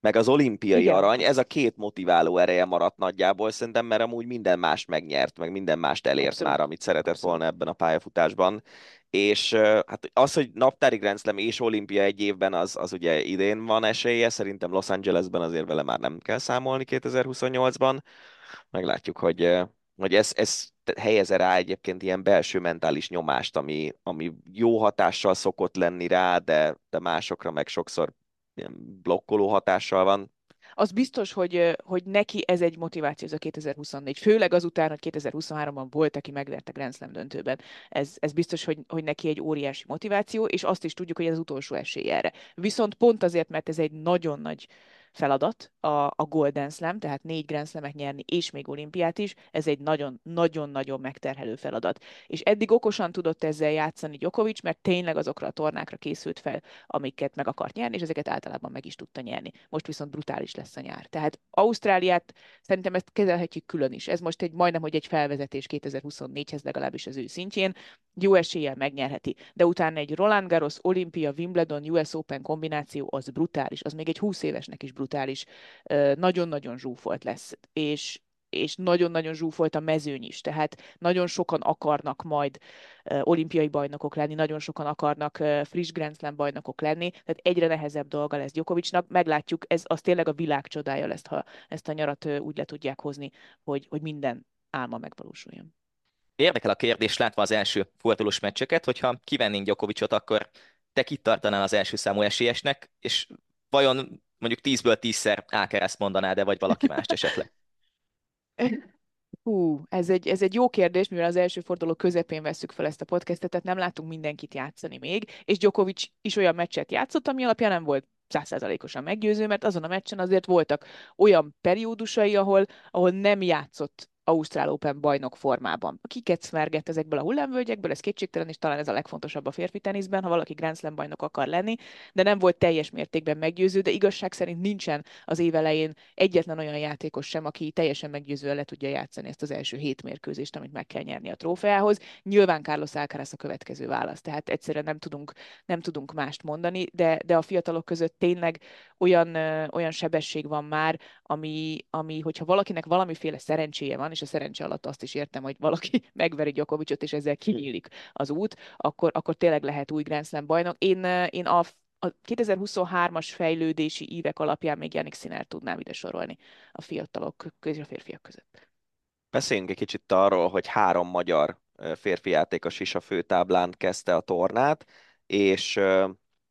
meg az olimpiai Igen. arany, ez a két motiváló ereje maradt nagyjából szerintem, mert amúgy minden mást megnyert, meg minden mást elért Abszolút. már, amit szeretett Abszolút. volna ebben a pályafutásban. És ö, hát az, hogy naptári Grand Slam és olimpia egy évben, az, az ugye idén van esélye, szerintem Los Angelesben azért vele már nem kell számolni kétezer-huszonnyolcban. Meglátjuk, hogy, ö, hogy ez, ez helyez rá egyébként ilyen belső mentális nyomást, ami, ami jó hatással szokott lenni rá, de, de másokra meg sokszor ilyen blokkoló hatással van. Az biztos, hogy, ö, hogy neki ez egy motiváció, ez a kétezer-huszonnégy. Főleg azután, hogy kétezer-huszonháromban volt, aki megverte Grand Slam döntőben. Ez, ez biztos, hogy, hogy neki egy óriási motiváció, és azt is tudjuk, hogy ez az utolsó esély erre. Viszont pont azért, mert ez egy nagyon nagy feladat, a, a Golden Slam, tehát négy Grand Slamet nyerni, és még olimpiát is, ez egy nagyon-nagyon-nagyon megterhelő feladat. És eddig okosan tudott ezzel játszani Djokovic, mert tényleg azokra a tornákra készült fel, amiket meg akart nyerni, és ezeket általában meg is tudta nyerni. Most viszont brutális lesz a nyár. Tehát Ausztráliát szerintem ezt kezelhetjük külön is. Ez most egy majdnem, hogy egy felvezetés kétezer-huszonnégyhez, legalábbis az ő szintjén. Jó eséllyel megnyerheti. De utána egy Roland Garros, Olimpia, Wimbledon, U S Open kombináció, az brutális. Az még egy húsz évesnek is brutális. Ö, Nagyon-nagyon zsúfolt lesz. És és nagyon-nagyon zsúfolt a mezőny is, tehát nagyon sokan akarnak majd ö, olimpiai bajnokok lenni, nagyon sokan akarnak ö, friss Grand Slam bajnokok lenni, tehát egyre nehezebb dolga lesz Djokovicnak, meglátjuk, ez az tényleg a világ csodája lesz, ha ezt a nyarat ö, úgy le tudják hozni, hogy, hogy minden álma megvalósuljon. Érdekel a kérdés, látva az első fordulós meccseket, hogyha kivennénk Djokovicot, akkor te kit tartanál az első számú esélyesnek, és vajon mondjuk tízből tízszer Alcaraz mondanád, de vagy valaki mást esetleg? Hú, ez egy, ez egy jó kérdés, mivel az első forduló közepén vesszük fel ezt a podcastet, tehát nem látunk mindenkit játszani még, és Djokovic is olyan meccset játszott, ami alapján nem volt százszázalékosan meggyőző, mert azon a meccsen azért voltak olyan periódusai, ahol, ahol nem játszott Ausztrál Open bajnok formában. Kiket szmergett ezekből a hullámvölgyekből, ez kétségtelen, és talán ez a legfontosabb a férfi teniszben, ha valaki Grand Slam bajnok akar lenni, de nem volt teljes mértékben meggyőző, de igazság szerint nincsen az év elején egyetlen olyan játékos sem, aki teljesen meggyőzően le tudja játszani ezt az első hét mérkőzést, amit meg kell nyerni a trófeához. Nyilván Carlos Alcaraz a következő válasz, tehát egyszerűen nem tudunk, nem tudunk mást mondani, de, de a fiatalok között tényleg olyan, ö, olyan sebesség van már, ami, ami, hogyha valakinek valamiféle szerencséje van, és a szerencse alatt azt is értem, hogy valaki megveri Djokovicot, és ezzel kinyílik az út, akkor, akkor tényleg lehet új Grand Slam bajnok. Én, ö, én a a kétezer-huszonhármas fejlődési ívek alapján még Jannik Sinner tudnám ide sorolni a fiatalok és a férfiak között. Beszéljünk egy kicsit arról, hogy három magyar ö, férfi játékos is a főtáblán kezdte a tornát, és ö,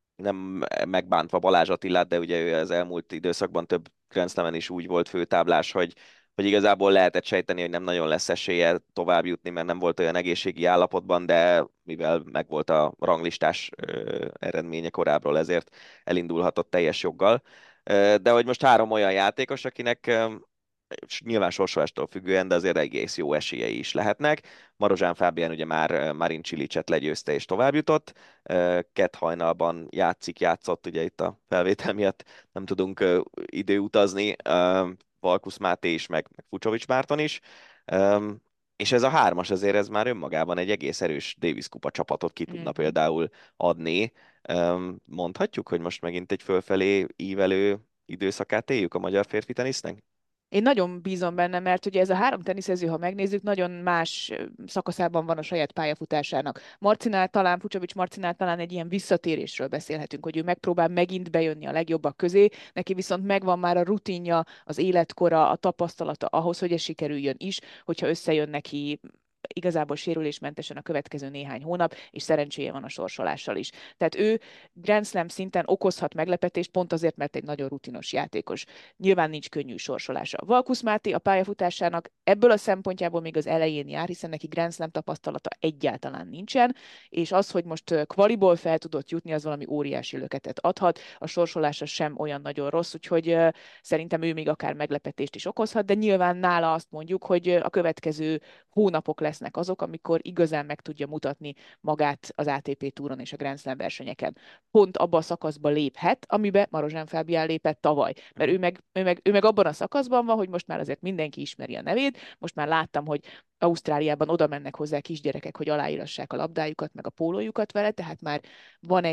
nem megbántva Balázs Attilát, de ugye ő az elmúlt időszakban több Grand Slamen is úgy volt főtáblás, hogy, hogy igazából lehetett sejteni, hogy nem nagyon lesz esélye tovább jutni, mert nem volt olyan egészségi állapotban, de mivel megvolt a ranglistás ö, eredménye korábbról, ezért elindulhatott teljes joggal. Ö, De hogy most három olyan játékos, akinek ö, nyilván sorsolástól függően, de azért egész jó esélyei is lehetnek. Marozsán Fábián ugye már Marin Cilicet legyőzte és tovább jutott. Kett hajnalban játszik, játszott, ugye itt a felvétel miatt nem tudunk ö, időutazni. Ö, Valkusz Máté is, meg, meg Fucsovics Márton is. Ö, És ez a hármas azért ez már önmagában egy egész erős Davis Kupa csapatot ki tudna Mhm. például adni. Ö, Mondhatjuk, hogy most megint egy fölfelé ívelő időszakát éljük a magyar férfi tenisznek? Én nagyon bízom benne, mert ugye ez a három teniszező, ha megnézzük, nagyon más ö, szakaszában van a saját pályafutásának. Marcinál talán, Fucsovics Marcinál talán egy ilyen visszatérésről beszélhetünk, hogy ő megpróbál megint bejönni a legjobbak közé, neki viszont megvan már a rutinja, az életkora, a tapasztalata ahhoz, hogy ez sikerüljön is, hogyha összejön neki igazából sérülésmentesen a következő néhány hónap, és szerencséje van a sorsolással is. Tehát ő Grand Slam szinten okozhat meglepetést, pont azért, mert egy nagyon rutinos játékos. Nyilván nincs könnyű sorsolása. Valkusz Máté a pályafutásának ebből a szempontjából még az elején jár, hiszen neki Grand Slam tapasztalata egyáltalán nincsen, és az, hogy most ö, kvaliból fel tudott jutni, az valami óriási löketet adhat. A sorsolása sem olyan nagyon rossz, úgyhogy ö, szerintem ő még akár meglepetést is okozhat, de nyilván nála azt mondjuk, hogy ö, a következő hónapok lesznek azok, amikor igazán meg tudja mutatni magát az á té pé túron és a Grand Slam versenyeken. Pont abba a szakaszba léphet, amibe Marozsán Fábián lépett tavaly. Mert ő meg, ő, meg, ő meg abban a szakaszban van, hogy most már azért mindenki ismeri a nevét, most már láttam, hogy Ausztráliában oda mennek hozzá kisgyerekek, hogy aláírassák a labdájukat, meg a pólójukat vele, tehát már van egy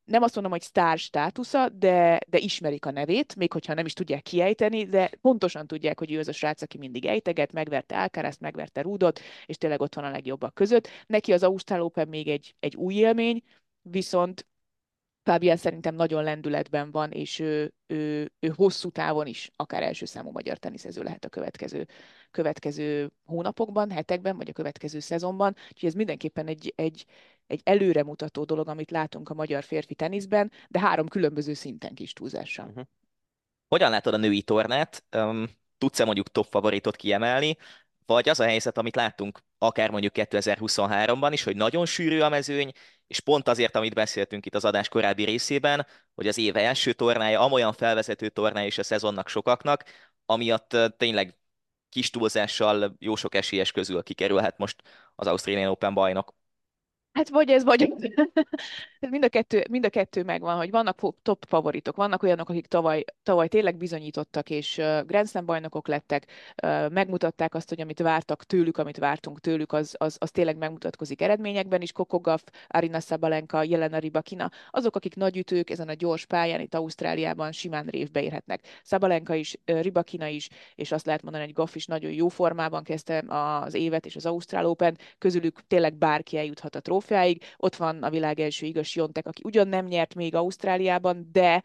nem azt mondom, hogy sztár státusza, de, de ismerik a nevét, még hogyha nem is tudják kiejteni, de pontosan tudják, hogy ő az a srác, aki mindig ejteget, megverte Alcarazt, megverte Rudot, és tényleg ott van a legjobbak között. Neki az Ausztrál Open még egy, egy új élmény, viszont Fabián szerintem nagyon lendületben van, és ő, ő, ő hosszú távon is akár első számú magyar teniszező lehet a következő, következő hónapokban, hetekben, vagy a következő szezonban. Úgyhogy ez mindenképpen egy, egy, egy előremutató dolog, amit látunk a magyar férfi teniszben, de három különböző szinten kis túlzással. Uh-huh. Hogyan látod a női tornát? Um, tudsz-e mondjuk top favoritot kiemelni? Vagy az a helyzet, amit láttunk akár mondjuk kétezer-huszonháromban is, hogy nagyon sűrű a mezőny, és pont azért, amit beszéltünk itt az adás korábbi részében, hogy az év első tornája, amolyan felvezető tornája is a szezonnak sokaknak, amiatt tényleg kis túlzással jó sok esélyes közül kikerülhet most az Australian Open bajnok. Hát vagy ez, vagy az. mind, a kettő, mind a kettő megvan, hogy vannak top favoritok, vannak olyanok, akik tavaly, tavaly tényleg bizonyítottak, és uh, Grand Slam bajnokok lettek, uh, megmutatták azt, hogy amit vártak tőlük, amit vártunk tőlük, az, az, az tényleg megmutatkozik eredményekben is. Coco Gauff, Aryna Sabalenka, Jelena Rybakina, azok, akik nagyütők ezen a gyors pályán, itt Ausztráliában simán révbe érhetnek. Sabalenka is, uh, Rybakina is, és azt lehet mondani, hogy Gauff is nagyon jó formában kezdte az évet, és az Ausztrál Open, közülük tényleg bárki eljuthat a trófeáig. Ott van a világ első igaz Swiatek, aki ugyan nem nyert még Ausztráliában, de,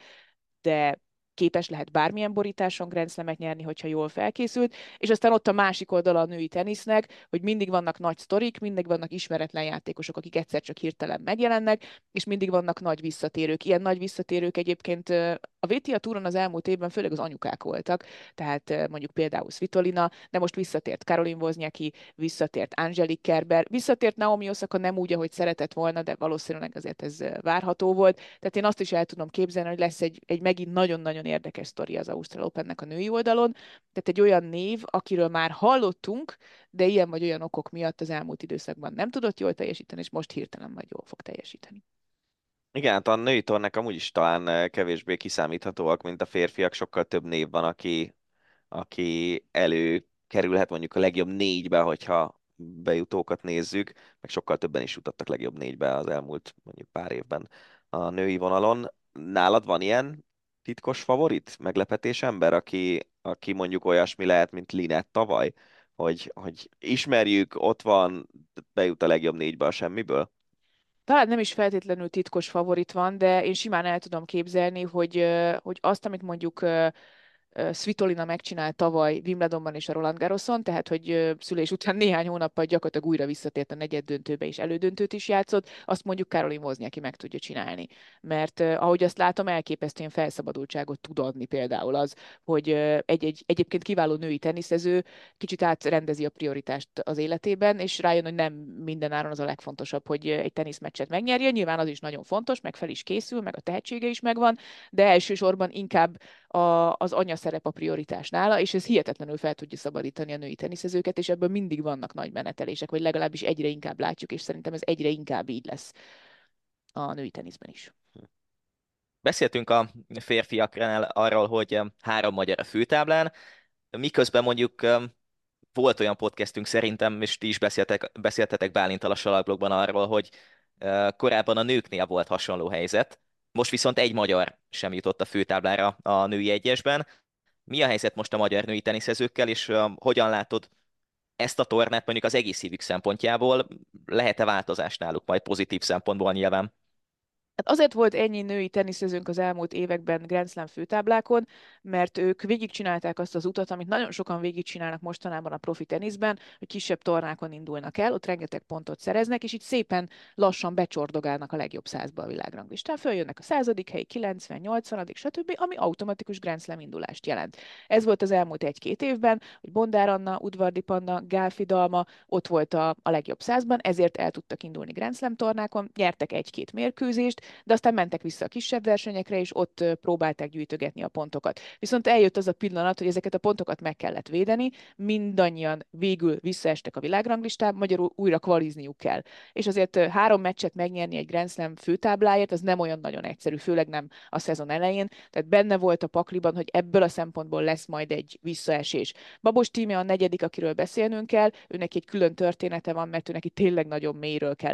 de képes lehet bármilyen borításon Grand Slamet nyerni, hogyha jól felkészült, és aztán ott a másik oldala a női tenisznek, hogy mindig vannak nagy sztorik, mindig vannak ismeretlen játékosok, akik egyszer csak hirtelen megjelennek, és mindig vannak nagy visszatérők. Ilyen nagy visszatérők egyébként a vé té á Touron az elmúlt évben főleg az anyukák voltak, tehát mondjuk például Svitolina, de most visszatért Caroline Wozniacki, visszatért Angelique Kerber, visszatért Naomi Osaka, nem úgy, ahogy szeretett volna, de valószínűleg azért ez várható volt. Tehát én azt is el tudom képzelni, hogy lesz egy, egy megint nagyon-nagyon érdekes sztori az Ausztrál Opennek a női oldalon. Tehát egy olyan név, akiről már hallottunk, de ilyen vagy olyan okok miatt az elmúlt időszakban nem tudott jól teljesíteni, és most hirtelen majd jól fog teljesíteni. Igen, hát a női tornák amúgy is talán kevésbé kiszámíthatóak, mint a férfiak, sokkal több név van, aki, aki előkerülhet mondjuk a legjobb négybe, hogyha bejutókat nézzük, meg sokkal többen is jutottak legjobb négybe az elmúlt mondjuk pár évben a női vonalon. Nálad van ilyen titkos favorit, meglepetés ember, aki, aki mondjuk olyasmi lehet, mint Linett tavaly, hogy, hogy ismerjük, ott van, bejut a legjobb négybe a semmiből? Talán nem is feltétlenül titkos favorit van, de én simán el tudom képzelni, hogy, hogy azt, amit mondjuk Svitolina megcsinált tavaly Wimbledonban és a Roland Garroson, tehát hogy szülés után néhány hónappal gyakorlatilag újra visszatért a negyeddöntőbe és elődöntőt is játszott, azt mondjuk Caroline Wozniacki meg tudja csinálni. Mert ahogy azt látom, elképesztően felszabadultságot tud adni például az, hogy egy-egy egyébként kiváló női teniszező kicsit átrendezi a prioritást az életében, és rájön, hogy nem mindenáron az a legfontosabb, hogy egy teniszmeccset megnyerje. Nyilván az is nagyon fontos, meg fel is készül, meg a tehetsége is megvan, de elsősorban inkább a, az anya szerep a prioritás nála, és ez hihetetlenül fel tudja szabadítani a női teniszezőket, és ebből mindig vannak nagy menetelések, vagy legalábbis egyre inkább látjuk, és szerintem ez egyre inkább így lesz a női teniszben is. Beszéltünk a férfiaknál arról, hogy három magyar a főtáblán, miközben mondjuk volt olyan podcastünk szerintem, és ti is beszéltek, beszéltetek Bálinttal a Salakblogban arról, hogy korábban a nőknél volt hasonló helyzet, most viszont egy magyar sem jutott a főtáblára a női egyesben. Mi a helyzet most a magyar női teniszezőkkel, és uh, hogyan látod ezt a tornát mondjuk az egész évük szempontjából? Lehet-e változás náluk majd pozitív szempontból nyilván? Hát azért volt ennyi női teniszezőnk az elmúlt években Grand Slam főtáblákon, mert ők végigcsinálták azt az utat, amit nagyon sokan végigcsinálnak mostanában a profi teniszben, hogy kisebb tornákon indulnak el, ott rengeteg pontot szereznek, és így szépen lassan becsordogálnak a legjobb százba a világranglistán. Följönnek a századik hely, kilencven, nyolcvadik stb., ami automatikus Grand Slam indulást jelent. Ez volt az elmúlt egy-két évben, hogy Bondár Anna, Udvardi Panna, Gálfi Dalma ott volt a, a legjobb százban, ezért el tudtak indulni Grand Slam tornákon, nyertek egy-két mérkőzést, de aztán mentek vissza a kisebb versenyekre, és ott próbálták gyűjtögetni a pontokat. Viszont eljött az a pillanat, hogy ezeket a pontokat meg kellett védeni, mindannyian végül visszaestek a világranglistán, magyarul újra kvalizniuk kell. És azért három meccset megnyerni egy Grand Slam főtábláért, az nem olyan nagyon egyszerű, főleg nem a szezon elején, tehát benne volt a pakliban, hogy ebből a szempontból lesz majd egy visszaesés. Babos Tíme a negyedik, akiről beszélnünk kell, őnek egy külön története van, mert ő neki tényleg nagyon mélyről kellett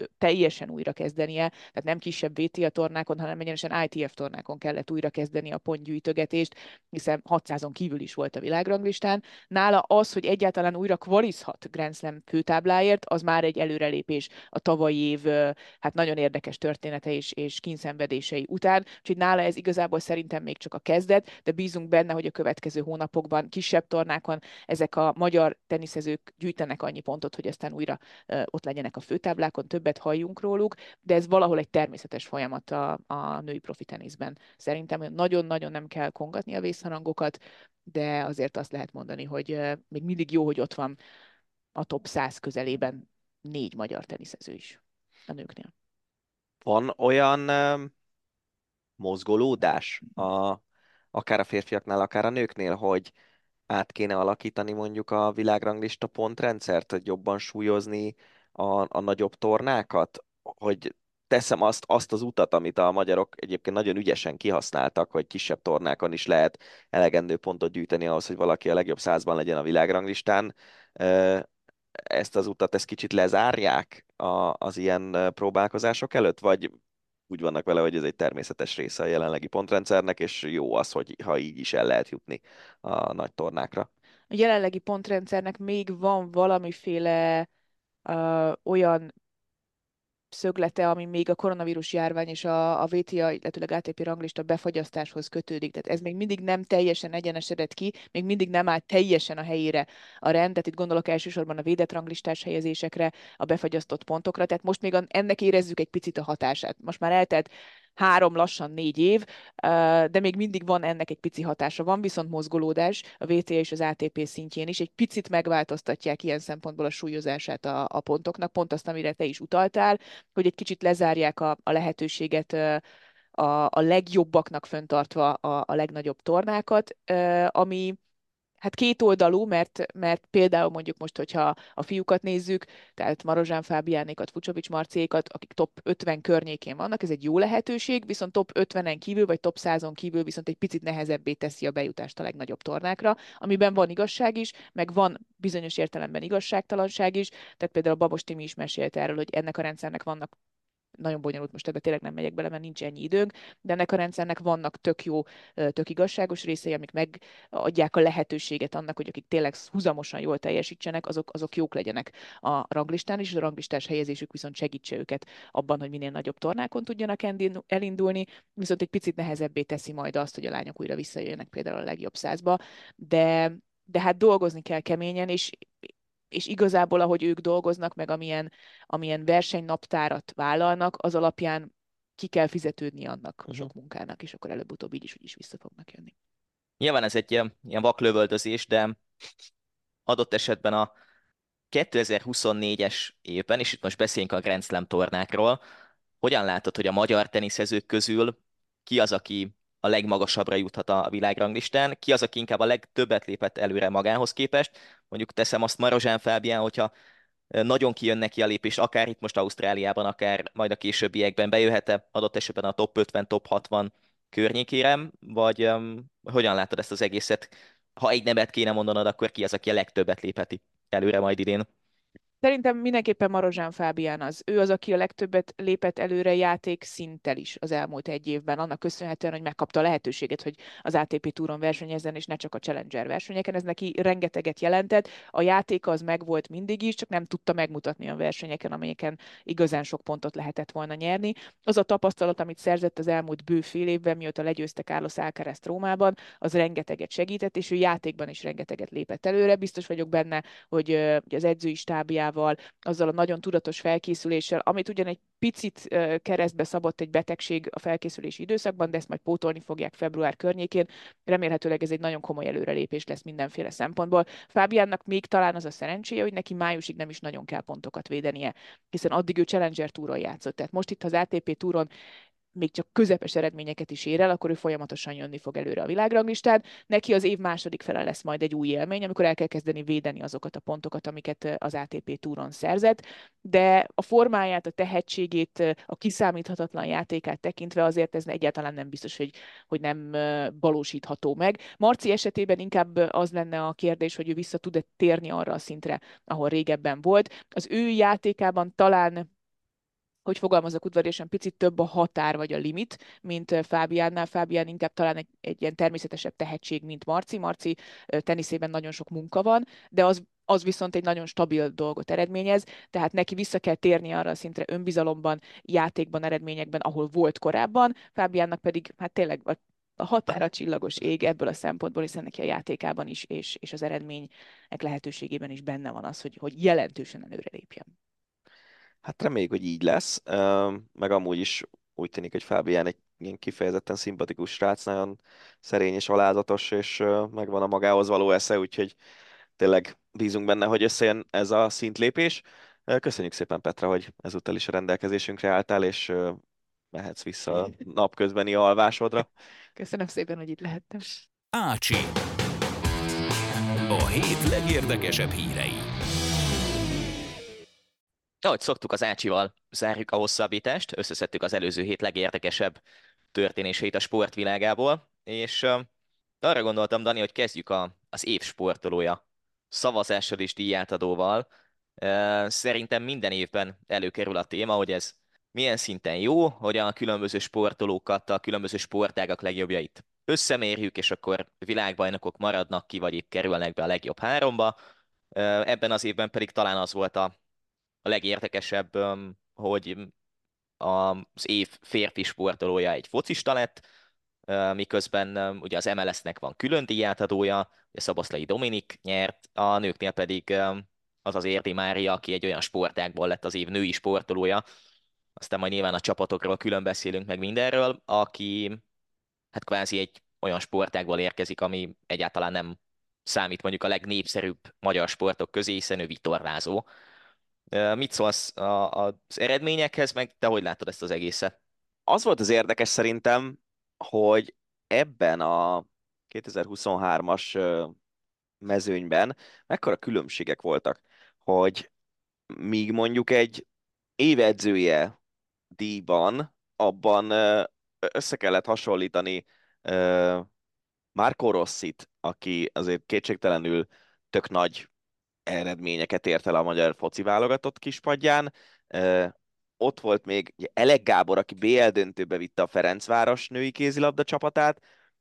teljesen újra kezdenie, tehát nem kisebb vé té á tornákon, hanem egyenesen i té ef tornákon kellett újra kezdeni a pontgyűjtögetést, hiszen hatszázon kívül is volt a világranglistán. Nála az, hogy egyáltalán újra kvalizhat Grand Slam főtábláért, az már egy előrelépés a tavalyi év hát nagyon érdekes története és, és kínszenvedései után, úgyhogy nála ez igazából szerintem még csak a kezdet, de bízunk benne, hogy a következő hónapokban kisebb tornákon ezek a magyar teniszezők gyűjtenek annyi pontot, hogy aztán újra uh, ott legyenek a főtáblákon, többet halljunk róluk, de ez valahol egy természetes folyamat a, a női profi teniszben. Szerintem nagyon-nagyon nem kell kongatni a vészharangokat, de azért azt lehet mondani, hogy uh, még mindig jó, hogy ott van a top száz közelében négy magyar teniszező is a nőknél. Van olyan ö, mozgolódás, a, akár a férfiaknál, akár a nőknél, hogy át kéne alakítani mondjuk a világranglista pontrendszert, hogy jobban súlyozni a, a nagyobb tornákat, hogy teszem azt, azt az utat, amit a magyarok egyébként nagyon ügyesen kihasználtak, hogy kisebb tornákon is lehet elegendő pontot gyűjteni ahhoz, hogy valaki a legjobb százban legyen a világranglistán. Ö, Ezt az utat, ezt kicsit lezárják a, az ilyen próbálkozások előtt, vagy úgy vannak vele, hogy ez egy természetes része a jelenlegi pontrendszernek, és jó az, hogy ha így is el lehet jutni a nagy tornákra. A jelenlegi pontrendszernek még van valamiféle uh, olyan szöglete, ami még a koronavírus járvány és a, a vé té á, illetőleg á té pé ranglista befagyasztáshoz kötődik. Tehát ez még mindig nem teljesen egyenesedett ki, még mindig nem áll teljesen a helyére a rend, tehát itt gondolok elsősorban a védett ranglistás helyezésekre, a befagyasztott pontokra, tehát most még ennek érezzük egy picit a hatását. Most már eltelt három, lassan négy év, de még mindig van ennek egy pici hatása. Van viszont mozgolódás a vé té á és az á té pé szintjén is, egy picit megváltoztatják ilyen szempontból a súlyozását a, a pontoknak, pont azt, amire te is utaltál, hogy egy kicsit lezárják a, a lehetőséget a, a legjobbaknak föntartva a, a legnagyobb tornákat, ami hát kétoldalú, mert, mert például mondjuk most, hogyha a fiúkat nézzük, tehát Marozsán Fábiánékat, Fucsovics Marciékat, akik top ötven környékén vannak, ez egy jó lehetőség, viszont top ötvenen kívül, vagy top százon kívül viszont egy picit nehezebbé teszi a bejutást a legnagyobb tornákra, amiben van igazság is, meg van bizonyos értelemben igazságtalanság is, tehát például a Babos Timi is mesélt erről, hogy ennek a rendszernek vannak nagyon bonyolult, most ebbe tényleg nem megyek bele, mert nincs ennyi időnk, de ennek a rendszernek vannak tök jó, tök igazságos részei, amik megadják a lehetőséget annak, hogy akik tényleg húzamosan jól teljesítsenek, azok, azok jók legyenek a ranglistán is, és a ranglistás helyezésük viszont segítse őket abban, hogy minél nagyobb tornákon tudjanak elindulni, viszont egy picit nehezebbé teszi majd azt, hogy a lányok újra visszajöjjenek például a legjobb százba, de, de hát dolgozni kell keményen, és és igazából, ahogy ők dolgoznak, meg amilyen, amilyen versenynaptárat vállalnak, az alapján ki kell fizetődni annak uh-huh. sok munkának, és akkor előbb-utóbb így is, úgy is vissza fognak jönni. Nyilván ez egy ilyen, ilyen vaklövöldözés, de adott esetben a kétezer-huszonnégyes évben, és itt most beszéljünk a Grand Slam tornákról, hogyan látod, hogy a magyar teniszezők közül ki az, aki a legmagasabbra juthat a világranglistán, ki az, aki inkább a legtöbbet lépett előre magához képest, mondjuk teszem azt Marozsán Fábián, hogyha nagyon kijön neki a lépés, akár itt most Ausztráliában, akár majd a későbbiekben bejöhet-e adott esetben a top ötven, top hatvan környékére, vagy um, hogyan látod ezt az egészet? Ha egy nevet kéne mondanod, akkor ki az, aki a legtöbbet lépheti előre majd idén? Szerintem mindenképpen Marozsán Fábián az. Ő az, aki a legtöbbet lépett előre játék szinttel is az elmúlt egy évben, annak köszönhetően, hogy megkapta a lehetőséget, hogy az á té pé túron versenyezzen, és ne csak a Challenger versenyeken. Ez neki rengeteget jelentett. A játéka az megvolt mindig is, csak nem tudta megmutatni a versenyeken, amelyeken igazán sok pontot lehetett volna nyerni. Az a tapasztalat, amit szerzett az elmúlt bő fél évben, mióta legyőzte Carlos Alcaraz Rómában, az rengeteget segített, és ő játékban is rengeteget lépett előre. Biztos vagyok benne, hogy az edzői stábjával, azzal a nagyon tudatos felkészüléssel, amit ugyan egy picit keresztbe szabott egy betegség a felkészülési időszakban, de ezt majd pótolni fogják február környékén. Remélhetőleg ez egy nagyon komoly előrelépés lesz mindenféle szempontból. Fábiánnak még talán az a szerencséje, hogy neki májusig nem is nagyon kell pontokat védenie, hiszen addig ő Challenger túron játszott. Tehát most itt az á té pé túron még csak közepes eredményeket is ér el, akkor ő folyamatosan jönni fog előre a világranglistán. Neki az év második fele lesz majd egy új élmény, amikor el kell kezdeni védeni azokat a pontokat, amiket az á té pé túron szerzett, de a formáját, a tehetségét, a kiszámíthatatlan játékát tekintve azért ez egyáltalán nem biztos, hogy, hogy nem valósítható meg. Marci esetében inkább az lenne a kérdés, hogy ő vissza tud-e térni arra a szintre, ahol régebben volt. Az ő játékában talán hogy fogalmazok udvariasan, picit több a határ vagy a limit, mint Fábiánnál. Fábián inkább talán egy, egy ilyen természetesebb tehetség, mint Marci. Marci teniszében nagyon sok munka van, de az az viszont egy nagyon stabil dolgot eredményez, tehát neki vissza kell térni arra a szintre önbizalomban, játékban, eredményekben, ahol volt korábban, Fábiánnak pedig hát tényleg a a határa csillagos ég ebből a szempontból, hiszen neki a játékában is, és, és az eredmények lehetőségében is benne van az, hogy, hogy jelentősen előrelépjen. Hát reméljük, hogy így lesz, meg amúgy is úgy tűnik, hogy Fábián egy ilyen kifejezetten szimpatikus srác, nagyon szerény és alázatos, és megvan a magához való esze, úgyhogy tényleg bízunk benne, hogy összejön ez a szintlépés. Köszönjük szépen, Petra, hogy ezúttal is a rendelkezésünkre álltál, és mehetsz vissza a napközbeni alvásodra. Köszönöm szépen, hogy itt lehettem. Ácsi. A hét legérdekesebb hírei. Ahogy szoktuk, az Ácsival zárjuk a hosszabbítást, összeszedtük az előző hét legérdekesebb történéseit a sportvilágából, és uh, arra gondoltam, Dani, hogy kezdjük a, az év sportolója szavazással és díjátadóval. Uh, szerintem minden évben előkerül a téma, hogy ez milyen szinten jó, hogy a különböző sportolókat, a különböző sportágak legjobbjait összemérjük, és akkor világbajnokok maradnak ki, vagy épp kerülnek be a legjobb háromba. Uh, ebben az évben pedig talán az volt a a legérdekesebb, öm, hogy az év férfi sportolója egy focista lett, ö, miközben öm, ugye az em el es-nek van külön díjátadója, ugye Szoboszlai Dominik nyert, a nőknél pedig öm, az az Érdi Mária, aki egy olyan sportágból lett az év női sportolója, aztán majd nyilván a csapatokról külön beszélünk meg mindenről, aki hát kvázi egy olyan sportágból érkezik, ami egyáltalán nem számít mondjuk a legnépszerűbb magyar sportok közé, hiszen ő vitorlázó. Mit szólsz a- az eredményekhez, meg te hogy látod ezt az egészet? Az volt az érdekes szerintem, hogy ebben a kétezer-huszonhármas ö, mezőnyben mekkora különbségek voltak, hogy míg mondjuk egy évedzője díjban, abban ö, össze kellett hasonlítani ö, Marco Rossit, aki azért kétségtelenül tök nagy eredményeket ért el a magyar foci válogatott kispadján. Ö, Ott volt még ugye Elek Gábor, aki bé el döntőbe vitte a Ferencváros női kézilabda csapatát,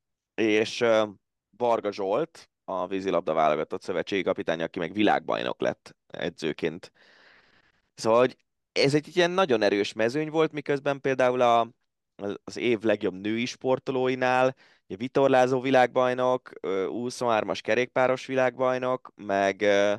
és ö, Varga Zsolt, a vízilabda válogatott szövetségi kapitány, aki meg világbajnok lett edzőként. Szóval, hogy ez egy ilyen nagyon erős mezőny volt, miközben például a, az év legjobb női sportolóinál, ugye vitorlázó világbajnok, ö, u huszonhármas kerékpáros világbajnok, meg ö,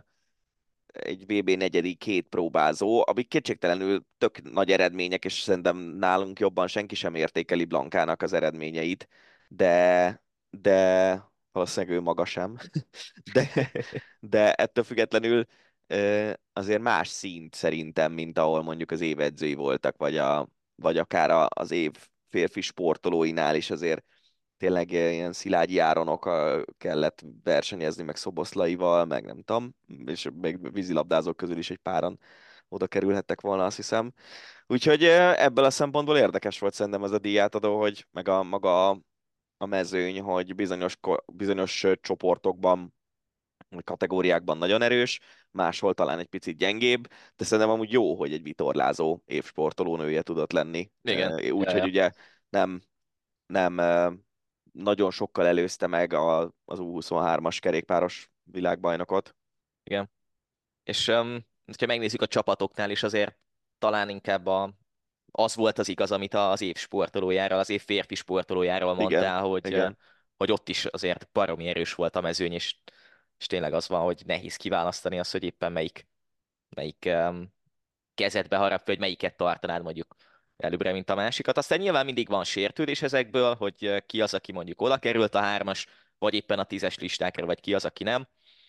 egy vé bé negyedik két próbázó, amik kétségtelenül tök nagy eredmények, és szerintem nálunk jobban senki sem értékeli Blankának az eredményeit, de, de valószínűleg ő maga sem. De, de ettől függetlenül ö, azért más szint szerintem, mint ahol mondjuk az évedzői voltak, vagy, a, vagy akár a, az év férfi sportolóinál is azért tényleg ilyen Szilágyi Áronokkal kellett versenyezni, meg Szoboszlaival, meg nem tudom, és még vízilabdázók közül is egy páran oda kerülhettek volna, azt hiszem. Úgyhogy ebből a szempontból érdekes volt szerintem ez a díjátadó, hogy meg a maga a, a mezőny, hogy bizonyos, ko- bizonyos csoportokban, kategóriákban nagyon erős, máshol talán egy picit gyengébb, de szerintem amúgy jó, hogy egy vitorlázó évsportoló nője tudott lenni. Igen. Ja, Úgyhogy ja. ugye nem nem ö, nagyon sokkal előzte meg a, az u huszonhármas kerékpáros világbajnokot. Igen. És um, ha megnézzük a csapatoknál is, azért talán inkább a, az volt az igaz, amit az év sportolójáról, az év férfi sportolójáról Igen, mondtál, hogy, uh, igen. hogy ott is azért baromi erős volt a mezőny, és, és tényleg az van, hogy nehéz kiválasztani azt, hogy éppen melyik, melyik um, kezedbe harap, vagy melyiket tartanád mondjuk előbbre, mint a másikat. Aztán nyilván mindig van sértődés ezekből, hogy uh, ki az, aki mondjuk oda került a hármas, vagy éppen a tízes listákra, vagy ki az, aki nem.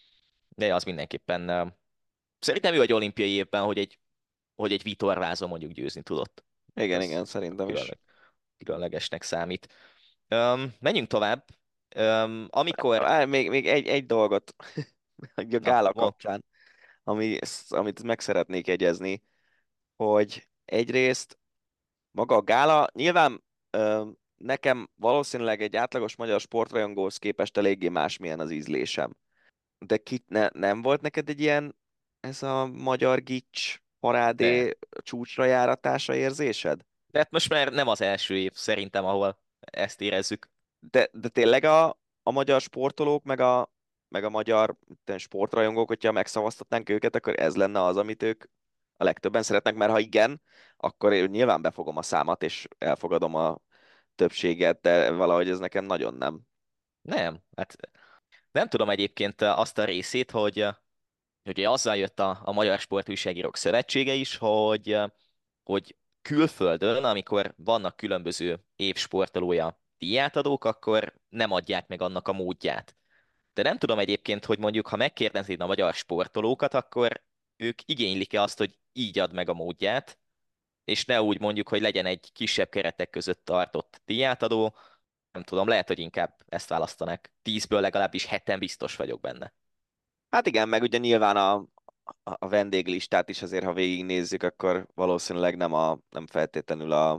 De az mindenképpen uh, szerintem ő egy olimpiai évben, hogy egy, hogy egy vitorlázó mondjuk győzni tudott. Igen, Ez igen, szerintem is. különleg, különlegesnek számít. Um, menjünk tovább. Um, amikor... Á, még, még egy, egy dolgot a Na, gála mond. kapcsán, ami, amit meg szeretnék jegyezni, hogy egyrészt maga a gála, nyilván ö, nekem valószínűleg egy átlagos magyar sportrajongóhoz képest eléggé másmilyen az ízlésem. De ki, ne, nem volt neked egy ilyen, ez a magyar gics, De, parádé csúcsra járatása érzésed? de hát most már nem az első év szerintem, ahol ezt érezzük. De, de tényleg a, a magyar sportolók, meg a, meg a magyar te, sportrajongók, hogyha megszavaztatnánk őket, akkor ez lenne az, amit ők a legtöbben szeretnek, mert ha igen, akkor én nyilván befogom a számat, és elfogadom a többséget, de valahogy ez nekem nagyon nem. Nem, hát nem tudom egyébként azt a részét, hogy hogy ugye azzal jött a, a Magyar Sportújságírók Szövetsége is, hogy, hogy külföldön, amikor vannak különböző évsportolója díjátadók, akkor nem adják meg annak a módját. De nem tudom egyébként, hogy mondjuk, ha megkérdeznéd a magyar sportolókat, akkor ők igénylik-e azt, hogy így add meg a módját, és ne úgy mondjuk, hogy legyen egy kisebb keretek között tartott díjátadó. Nem tudom, lehet, hogy inkább ezt választanak. Tízből legalábbis heten biztos vagyok benne. Hát igen, meg ugye nyilván a, a a vendéglistát is azért, ha végignézzük, akkor valószínűleg nem, a, nem feltétlenül a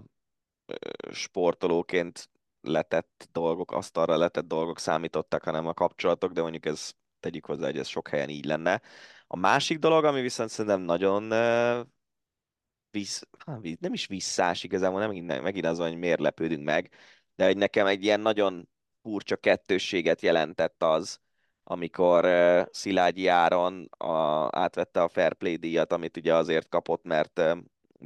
ö, sportolóként letett dolgok, asztalra letett dolgok számítottak, hanem a kapcsolatok, de mondjuk ez tegyük hozzá, hogy ez sok helyen így lenne. A másik dolog, ami viszont szerintem nagyon ö, visz, hát, vi- nem is visszás igazából, nem megint, megint az, van, hogy miért lepődünk meg, de hogy nekem egy ilyen nagyon furcsa kettősséget jelentett az, amikor uh, Szilágyi Áron a, átvette a Fair Play díjat, amit ugye azért kapott, mert uh,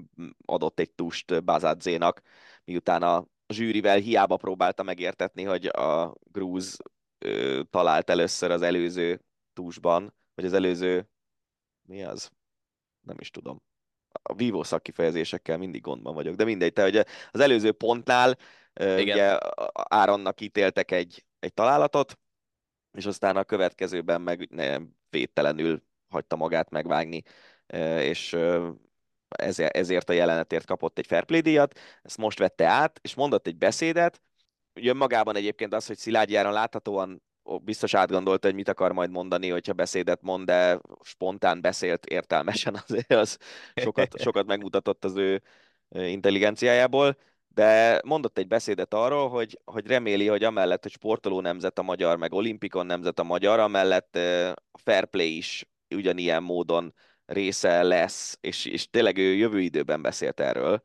adott egy tust Bazadzénak, miután a zsűrivel hiába próbálta megértetni, hogy a grúz uh, talált először az előző tusban, vagy az előző, mi az? Nem is tudom, a vívó szakkifejezésekkel mindig gondban vagyok, de mindegy, te, hogy az előző pontnál ö, Igen. ugye Áronnak ítéltek egy, egy találatot, és aztán a következőben meg nem védtelenül hagyta magát megvágni, ö, és ö, ezért, ezért a jelenetért kapott egy fair play díjat, ezt most vette át, és mondott egy beszédet. Jön magában egyébként az, hogy Szilágyi Áron láthatóan ó, biztos átgondolta, hogy mit akar majd mondani, hogyha beszédet mond, de spontán beszélt értelmesen, azért az sokat, sokat megmutatott az ő ö, intelligenciájából, de mondott egy beszédet arról, hogy, hogy reméli, hogy amellett, hogy sportoló nemzet a magyar, meg olimpikon nemzet a magyar, amellett ö, a fair play is ugyanilyen módon része lesz, és, és tényleg ő jövő időben beszélt erről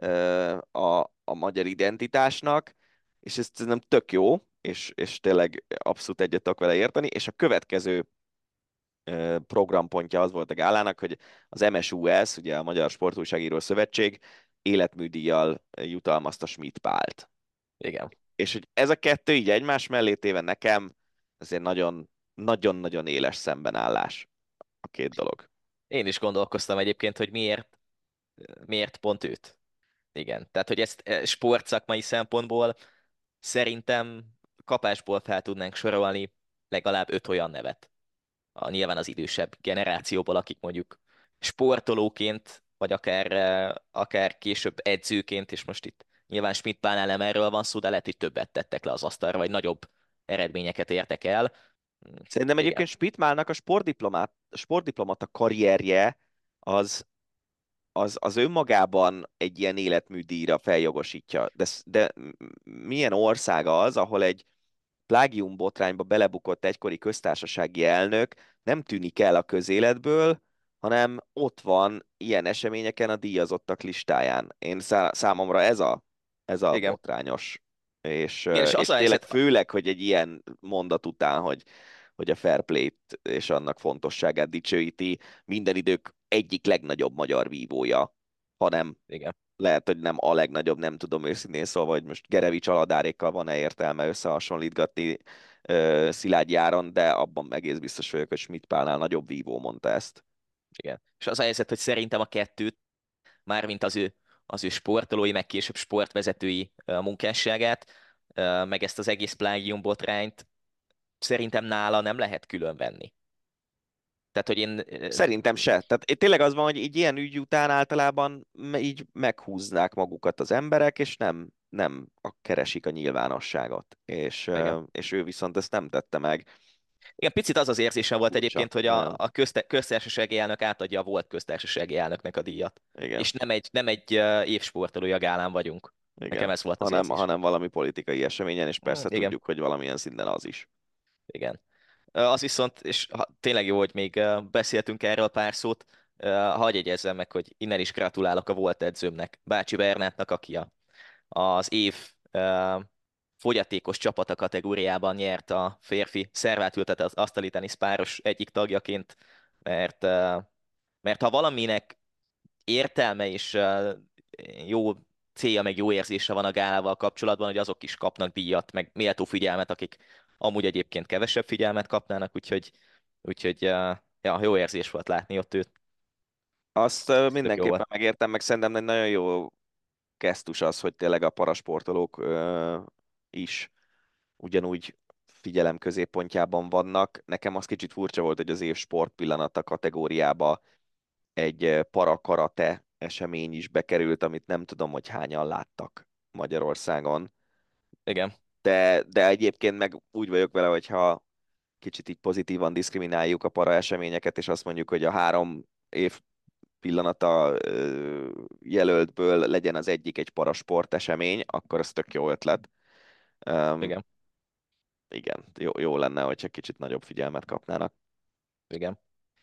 ö, a, a magyar identitásnak, és ez szerintem tök jó, és, és tényleg abszolút egyet tudok vele érteni, és a következő ö, programpontja az volt a gálának, hogy az em es u es, ugye a Magyar Sportújságíró Szövetség életműdíjjal jutalmazta Schmidt Pált. Igen. És hogy ez a kettő így egymás mellé téve nekem azért nagyon, nagyon-nagyon éles szembenállás a két dolog. Én is gondolkoztam egyébként, hogy miért, miért pont őt. Igen, tehát hogy ezt eh, sportszakmai szempontból szerintem kapásból fel tudnánk sorolni legalább öt olyan nevet. A, nyilván az idősebb generációból, akik mondjuk sportolóként, vagy akár, eh, akár később edzőként, és most itt nyilván Schmidt Pálnál nem erről van szó, de lehet, hogy többet tettek le az asztalra, vagy nagyobb eredményeket értek el. Hm, Szerintem Igen, egyébként Spittmálnak a sportdiplomát, a sportdiplomata karrierje az az, az önmagában egy ilyen életműdíjra feljogosítja. De, de milyen ország az, ahol egy plágium botrányba belebukott egykori köztársasági elnök nem tűnik el a közéletből, hanem ott van ilyen eseményeken a díjazottak listáján. Én szá- számomra ez a, ez a igen. botrányos. És, Igen, és az és a tényleg helyzet, főleg, hogy egy ilyen mondat után, hogy, hogy a fair play-t és annak fontosságát dicsőíti, minden idők egyik legnagyobb magyar vívója, hanem igen. lehet, hogy nem a legnagyobb, nem tudom őszintén szólva, hogy most Gerevics Aladárékkal van-e értelme összehasonlítgatni uh, Szilágyi Áron, de abban egész biztos vagyok, hogy Schmidt Pálnál nagyobb vívó mondta ezt. Igen. És az a helyzet, hogy szerintem a kettőt, mármint az ő, az ő sportolói, meg később sportvezetői ö, munkásságát, ö, meg ezt az egész plágium botrányt szerintem nála nem lehet különvenni. Tehát, hogy én... ö, Szerintem se. Tehát tényleg az van, hogy így ilyen ügy után általában me- így meghúznák magukat az emberek, és nem, nem a, keresik a nyilvánosságot. És, uh, Igen. és ő viszont ezt nem tette meg. Igen, picit az az érzésem volt Furcsa, egyébként, hogy a, nagyon. a közte, köztársasági elnök átadja a volt köztársasági elnöknek a díjat. Igen. És nem egy, nem egy ö, évsportolója gálán vagyunk. Nekem Igen. ez volt az Hanem, érzésem. hanem valami politikai eseményen, és Ah, persze igen, tudjuk, hogy valamilyen szinten az is. igen. Ö, Az viszont, és ha, tényleg jó, hogy még ö, beszéltünk erről pár szót, Hagyj jegyezzem meg, hogy innen is gratulálok a volt edzőmnek, Bácsi Bernátnak, aki a, az év uh, fogyatékos csapata kategóriában nyert a férfi szervátültetett az asztali tenisz páros egyik tagjaként, mert, uh, mert ha valaminek értelme és uh, jó célja, meg jó érzése van a gálával kapcsolatban, hogy azok is kapnak díjat, meg méltó figyelmet, akik amúgy egyébként kevesebb figyelmet kapnának, úgyhogy, úgyhogy uh, ja, jó érzés volt látni ott őt. Azt ö, Ez tök jó mindenképpen volt. megértem, meg szerintem egy nagyon jó gesztus az, hogy tényleg a parasportolók ö, is ugyanúgy figyelem középpontjában vannak. Nekem az kicsit furcsa volt, hogy az év sport pillanata kategóriába egy ö, parakarate esemény is bekerült, amit nem tudom, hogy hányan láttak Magyarországon. Igen, De, de egyébként meg úgy vagyok vele, hogyha kicsit így pozitívan diszkrimináljuk a para eseményeket, és azt mondjuk, hogy a három év pillanata ö, jelöltből legyen az egyik egy parasport esemény, akkor ez tök jó ötlet. Um, igen, igen, jó, jó lenne, hogyha kicsit nagyobb figyelmet kapnának. igen.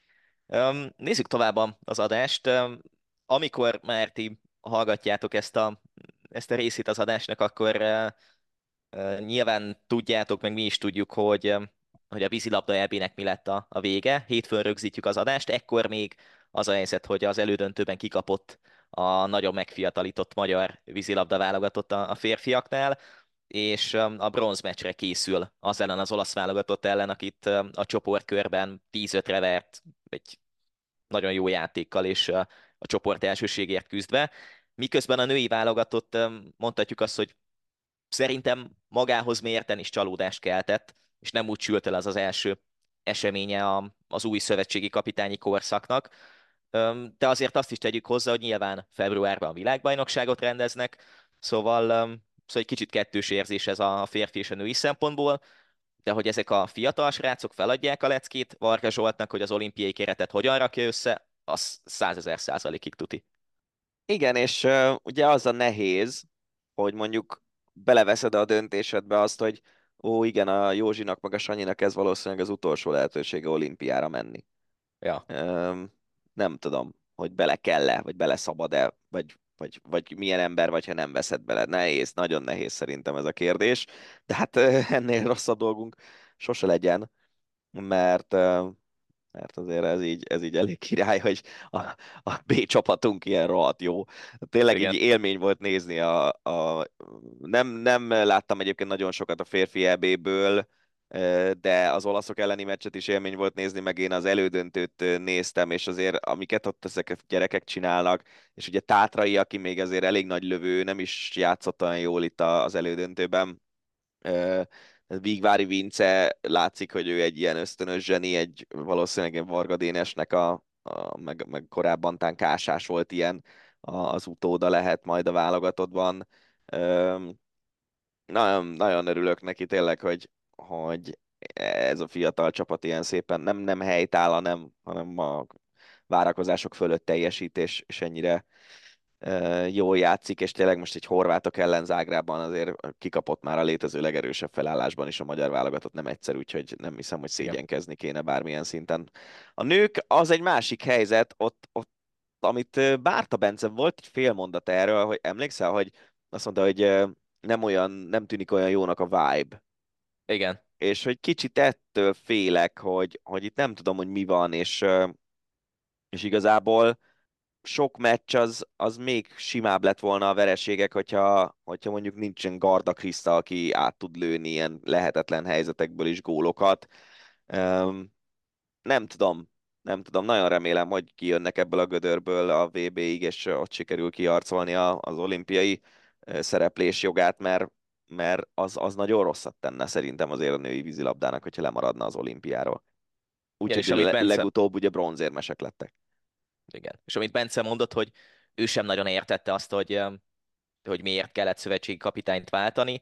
Um, nézzük tovább a- az adást. Um, amikor már ti hallgatjátok ezt a, ezt a részét az adásnak, akkor uh, uh, nyilván tudjátok, meg mi is tudjuk, hogy, um, hogy a vízilabda é bé-nek mi lett a, a vége. Hétfőn rögzítjük az adást, ekkor még az a helyzet, hogy az elődöntőben kikapott a nagyon megfiatalított magyar vízilabda válogatott a, a férfiaknál, és um, a bronzmeccsre készül az ellen az olasz válogatott ellen, akit um, a csoportkörben tíz ötre vert egy nagyon jó játékkal és uh, a csoport elsőségért küzdve. Miközben a női válogatott um, mondhatjuk azt, hogy szerintem magához mérten is csalódást keltett, és nem úgy sült el az az első eseménye a, az új szövetségi kapitányi korszaknak. Öm, De azért azt is tegyük hozzá, hogy nyilván februárban világbajnokságot rendeznek, szóval, öm, szóval egy kicsit kettős érzés ez a férfi és a női szempontból, de hogy ezek a fiatal srácok feladják a leckét Varga Zsoltnak, hogy az olimpiai keretet hogyan rakja össze, az százezer százalékig tuti. Igen, és ö, ugye az a nehéz, hogy mondjuk beleveszed a döntésedbe azt, hogy ó, igen, a Józsinak meg a Sanyinak ez valószínűleg az utolsó lehetősége olimpiára menni. Ja, Öm, nem tudom, hogy bele kell-e, vagy bele szabad-e, vagy, vagy, vagy milyen ember vagy, ha nem veszed bele. Nehéz, nagyon nehéz szerintem ez a kérdés, de hát ö, ennél rosszabb dolgunk sose legyen, mert ö, mert azért ez így, ez így elég király, hogy a, a B csapatunk ilyen rohadt jó. Tényleg így igen, élmény volt nézni a, a nem, nem láttam egyébként nagyon sokat a férfi é bé-ből, de az olaszok elleni meccset is élmény volt nézni, meg én az elődöntőt néztem, és azért amiket ott ezek a gyerekek csinálnak, és ugye Tátrai, aki még azért elég nagy lövő, nem is játszott olyan jól itt a- az elődöntőben, Ö, Vígvári Vince látszik, hogy ő egy ilyen ösztönös zseni, egy valószínűleg egy Varga Dénesnek a, a meg, meg korábban tán Kásás volt ilyen, a, az utóda lehet majd a válogatottban. Ö, nagyon, nagyon örülök neki tényleg, hogy, hogy ez a fiatal csapat ilyen szépen nem, nem helytáll, hanem, hanem a várakozások fölött teljesít, és, és ennyire jól játszik, és tényleg most egy horvátok ellen Zágrában azért kikapott már a létező legerősebb felállásban is a magyar válogatott nem egyszer, úgyhogy nem hiszem, hogy igen, szégyenkezni kéne bármilyen szinten. A nők az egy másik helyzet, ott, ott amit Bárta Bence volt egy fél mondat erről, hogy emlékszel, hogy azt mondta, hogy nem olyan, nem tűnik olyan jónak a vibe. igen, És hogy kicsit ettől félek, hogy, hogy itt nem tudom, hogy mi van, és, és igazából sok meccs az, az még simább lett volna a vereségek, hogyha, hogyha mondjuk nincsen Garda Krista, aki át tud lőni ilyen lehetetlen helyzetekből is gólokat. Um, nem tudom, nem tudom, nagyon remélem, hogy kijönnek ebből a gödörből a vé bé-ig, és ott sikerül kiharcolni a, az olimpiai ö, szereplés jogát, mert, mert az, az nagyon rosszat tenne szerintem azért a női vízilabdának, hogyha lemaradna az olimpiáról. igen, Úgyhogy és amit le, Bence, legutóbb ugye bronzérmesek lettek. igen, és amit Bence mondott, hogy ő sem nagyon értette azt, hogy, um, hogy miért kellett szövetségi kapitányt váltani.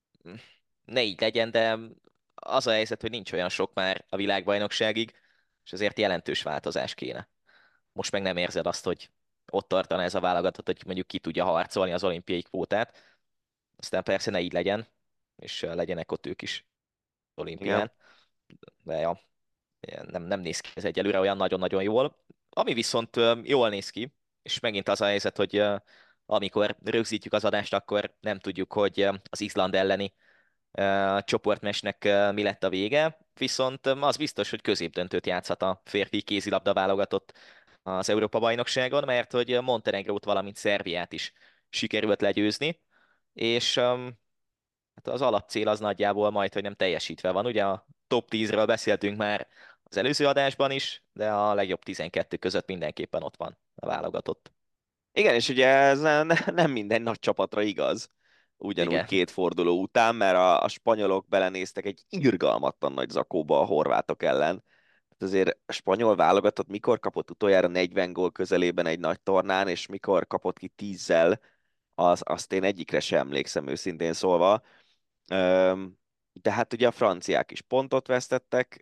Ne így legyen, de az a helyzet, hogy nincs olyan sok már a világbajnokságig, és azért jelentős változás kéne. Most meg nem érzed azt, hogy ott tartana ez a válogatott, hogy mondjuk ki tudja harcolni az olimpiai kvótát. Aztán persze ne így legyen, és legyenek ott ők is Igen. olimpián. De ja, nem, nem néz ki ez egyelőre olyan nagyon-nagyon jól. Ami viszont ö, jól néz ki, és megint az a helyzet, hogy ö, amikor rögzítjük az adást, akkor nem tudjuk, hogy ö, az Izland elleni ö, csoportmeccsnek ö, mi lett a vége, viszont ö, az biztos, hogy középdöntőt játszhat a férfi kézilabda válogatott az Európa-bajnokságon, mert hogy Montenegrót, valamint Szerbiát is sikerült legyőzni, és öm, hát az alapcél az nagyjából majd, hogy nem teljesítve van. Ugye a top tízről beszéltünk már az előző adásban is, de a legjobb tizenkettő között mindenképpen ott van a válogatott. Igen, és ugye ez ne- nem minden nagy csapatra igaz, ugyanúgy Igen, két forduló után, mert a, a spanyolok belenéztek egy irgalmatlan nagy zakóba a horvátok ellen. Hát azért a spanyol válogatott mikor kapott utoljára negyven gól közelében egy nagy tornán, és mikor kapott ki tízzel, az, azt én egyikre sem emlékszem őszintén szólva. Öm, De hát ugye a franciák is pontot vesztettek,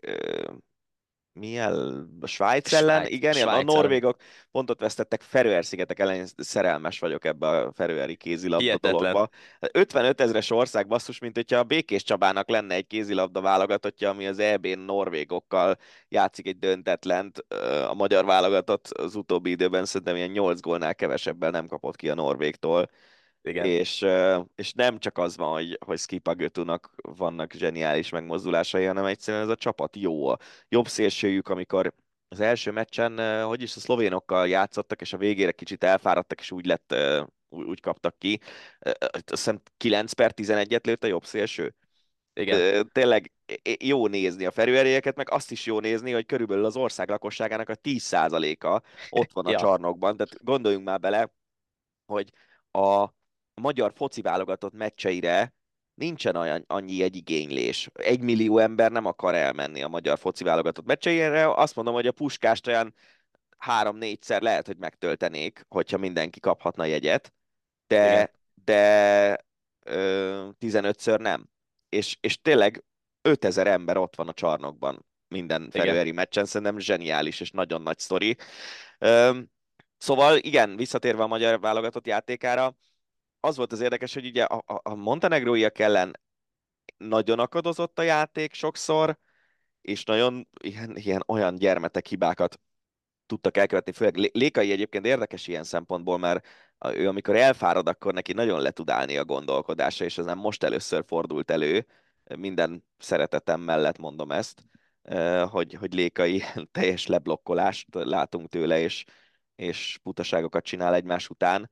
milyen a Svájc ellen, Svájc, igen, igen, a Svájc ellen. norvégok pontot vesztettek Feröer-szigetek ellen, én szerelmes vagyok ebbe a feröeri kézilabda Hihetetlen. dologba. ötvenöt ezres ország basszus, mint hogyha a Békés Csabának lenne egy kézilabda válogatottja, ami az é bén norvégokkal játszik egy döntetlent. Ö, A magyar válogatott az utóbbi időben szerintem ilyen nyolc gólnál kevesebben nem kapott ki a norvégtól. Igen, És, ö, és nem csak az van, hogy, hogy Skipa Götunak vannak zseniális megmozdulásai, hanem egyszerűen ez a csapat jó. A jobb szélsőjük, amikor az első meccsen, ö, hogy is a szlovénokkal játszottak, és a végére kicsit elfáradtak, és úgy lett, ö, úgy, úgy kaptak ki. Ö, Azt hiszem kilenc per tizenegyet lőtt a jobb szélső. igen. Ö, Tényleg jó nézni a ferőerélyeket, meg azt is jó nézni, hogy körülbelül az ország lakosságának a tíz százaléka ott van a Ja, csarnokban. Tehát gondoljunk már bele, hogy a a magyar foci válogatott meccseire nincsen olyan, annyi egyigénylés. Egy millió ember nem akar elmenni a magyar foci válogatott meccseire. Azt mondom, hogy a Puskást olyan három-négyszer lehet, hogy megtöltenék, hogyha mindenki kaphatna jegyet, igen, de, de ö, tizenötször nem. És, és tényleg ötezer ember ott van a csarnokban minden igen. ferőeri meccsen, szerintem zseniális és nagyon nagy sztori. Ö, Szóval igen, visszatérve a magyar válogatott játékára, az volt az érdekes, hogy ugye a, a a montenegróiak ellen nagyon akadozott a játék sokszor, és nagyon ilyen, ilyen olyan gyermetek hibákat tudtak elkövetni, főleg Lé- Lékai egyébként érdekes ilyen szempontból, mert a- ő amikor elfárad, akkor neki nagyon le tud állni a gondolkodása, és ez nem most először fordult elő, minden szeretetem mellett mondom ezt, eh, hogy, hogy Lékai teljes leblokkolást látunk tőle, és, és butaságokat csinál egymás után.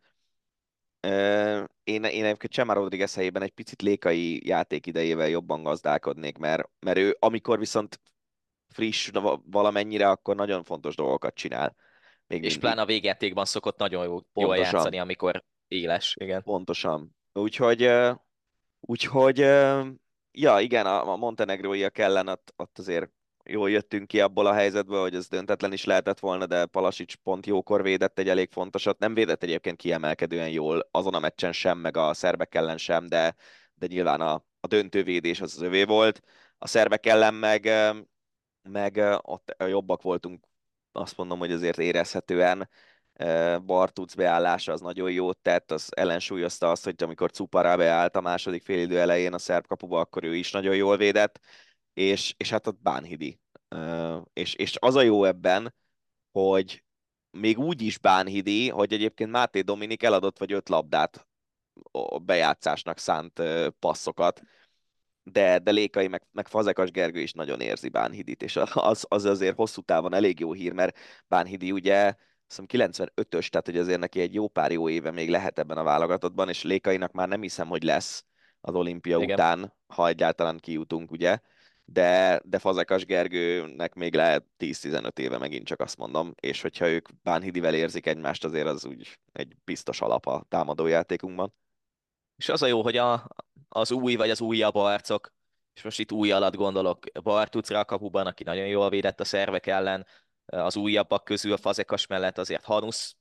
Ö, Én, én egyébként Csema Rodriguez helyében egy picit Lékai játékidejével jobban gazdálkodnék, mert, mert ő amikor viszont friss va- valamennyire, akkor nagyon fontos dolgokat csinál. Még És mindig. pláne a végjátékban szokott nagyon jó, jól Pontosan, játszani, amikor éles. Igen. pontosan. Úgyhogy, ö, úgyhogy ö, ja, igen, a, a montenegróiak ellen ott, ott azért jól jöttünk ki abból a helyzetből, hogy ez döntetlen is lehetett volna, de Palasics pont jókor védett egy elég fontosat. Nem védett egyébként kiemelkedően jól azon a meccsen sem, meg a szerbek ellen sem, de, de nyilván a, a döntővédés az az övé volt. A szerbek ellen meg, ö, meg ö, ott jobbak voltunk, azt mondom, hogy azért érezhetően. Ö, Bartuc beállása az nagyon jót tett, az ellensúlyozta azt, hogy amikor Cupara beállt a második félidő elején a szerb kapuba, akkor ő is nagyon jól védett, és, és hát ott Bánhidi. Ö, És, és az a jó ebben, hogy még úgy is Bánhidi, hogy egyébként Máté Dominik eladott vagy öt labdát a bejátszásnak szánt ö, passzokat, de, de Lékai meg, meg Fazekas Gergő is nagyon érzi Bánhidit, és az, az azért hosszú távon elég jó hír, mert Bánhidi ugye azt hiszem kilencvenötös, tehát hogy azért neki egy jó pár jó éve még lehet ebben a válogatottban, és Lékainak már nem hiszem, hogy lesz az olimpia Igen. után, ha egyáltalán kijutunk, ugye, de, de Fazekas Gergőnek még lehet tíz-tizenöt éve megint csak azt mondom, és hogyha ők Bánhidivel érzik egymást, azért az úgy egy biztos alap a támadójátékunkban. És az a jó, hogy a, az új vagy az újabb arcok, és most itt új alatt gondolok Bartucra a kapuban, aki nagyon jól védett a szervek ellen, az újabbak közül Fazekas mellett azért Hanusznak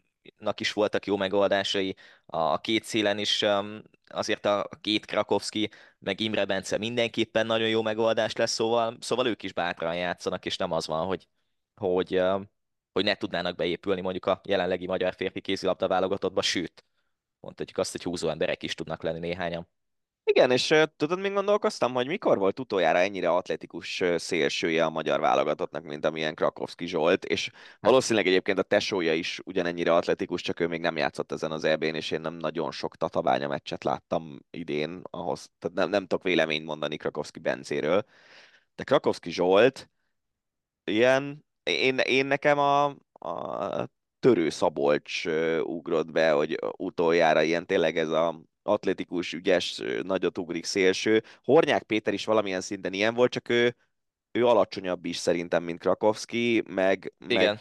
is voltak jó megoldásai, a két szélen is um, azért a két Krakowski, meg Imre Bence mindenképpen nagyon jó megoldás lesz, szóval, szóval ők is bátran játszanak, és nem az van, hogy, hogy, um, hogy ne tudnának beépülni mondjuk a jelenlegi magyar férfi kézilabda válogatottba, sőt, mondhatjuk azt, hogy húzó emberek is tudnak lenni néhányan. Igen, és uh, tudod, mint gondolkoztam, hogy mikor volt utoljára ennyire atletikus uh, szélsője a magyar válogatottnak, mint amilyen Krakowski Zsolt, és Hát valószínűleg egyébként a tesója is ugyanennyire atletikus, csak ő még nem játszott ezen az é bén, és én nem nagyon sok Tatabánya meccset láttam idén, ahhoz, tehát nem, nem tudok véleményt mondani Krakowski Bencéről, de Krakowski Zsolt ilyen, én, én nekem a, a Törő Szabolcs ö, ugrott be, hogy utoljára ilyen tényleg ez a atletikus, ügyes, ö, nagyot ugrik szélső. Hornyák Péter is valamilyen szinten ilyen volt, csak ő, ő alacsonyabb is szerintem, mint Krakowski, meg, igen, meg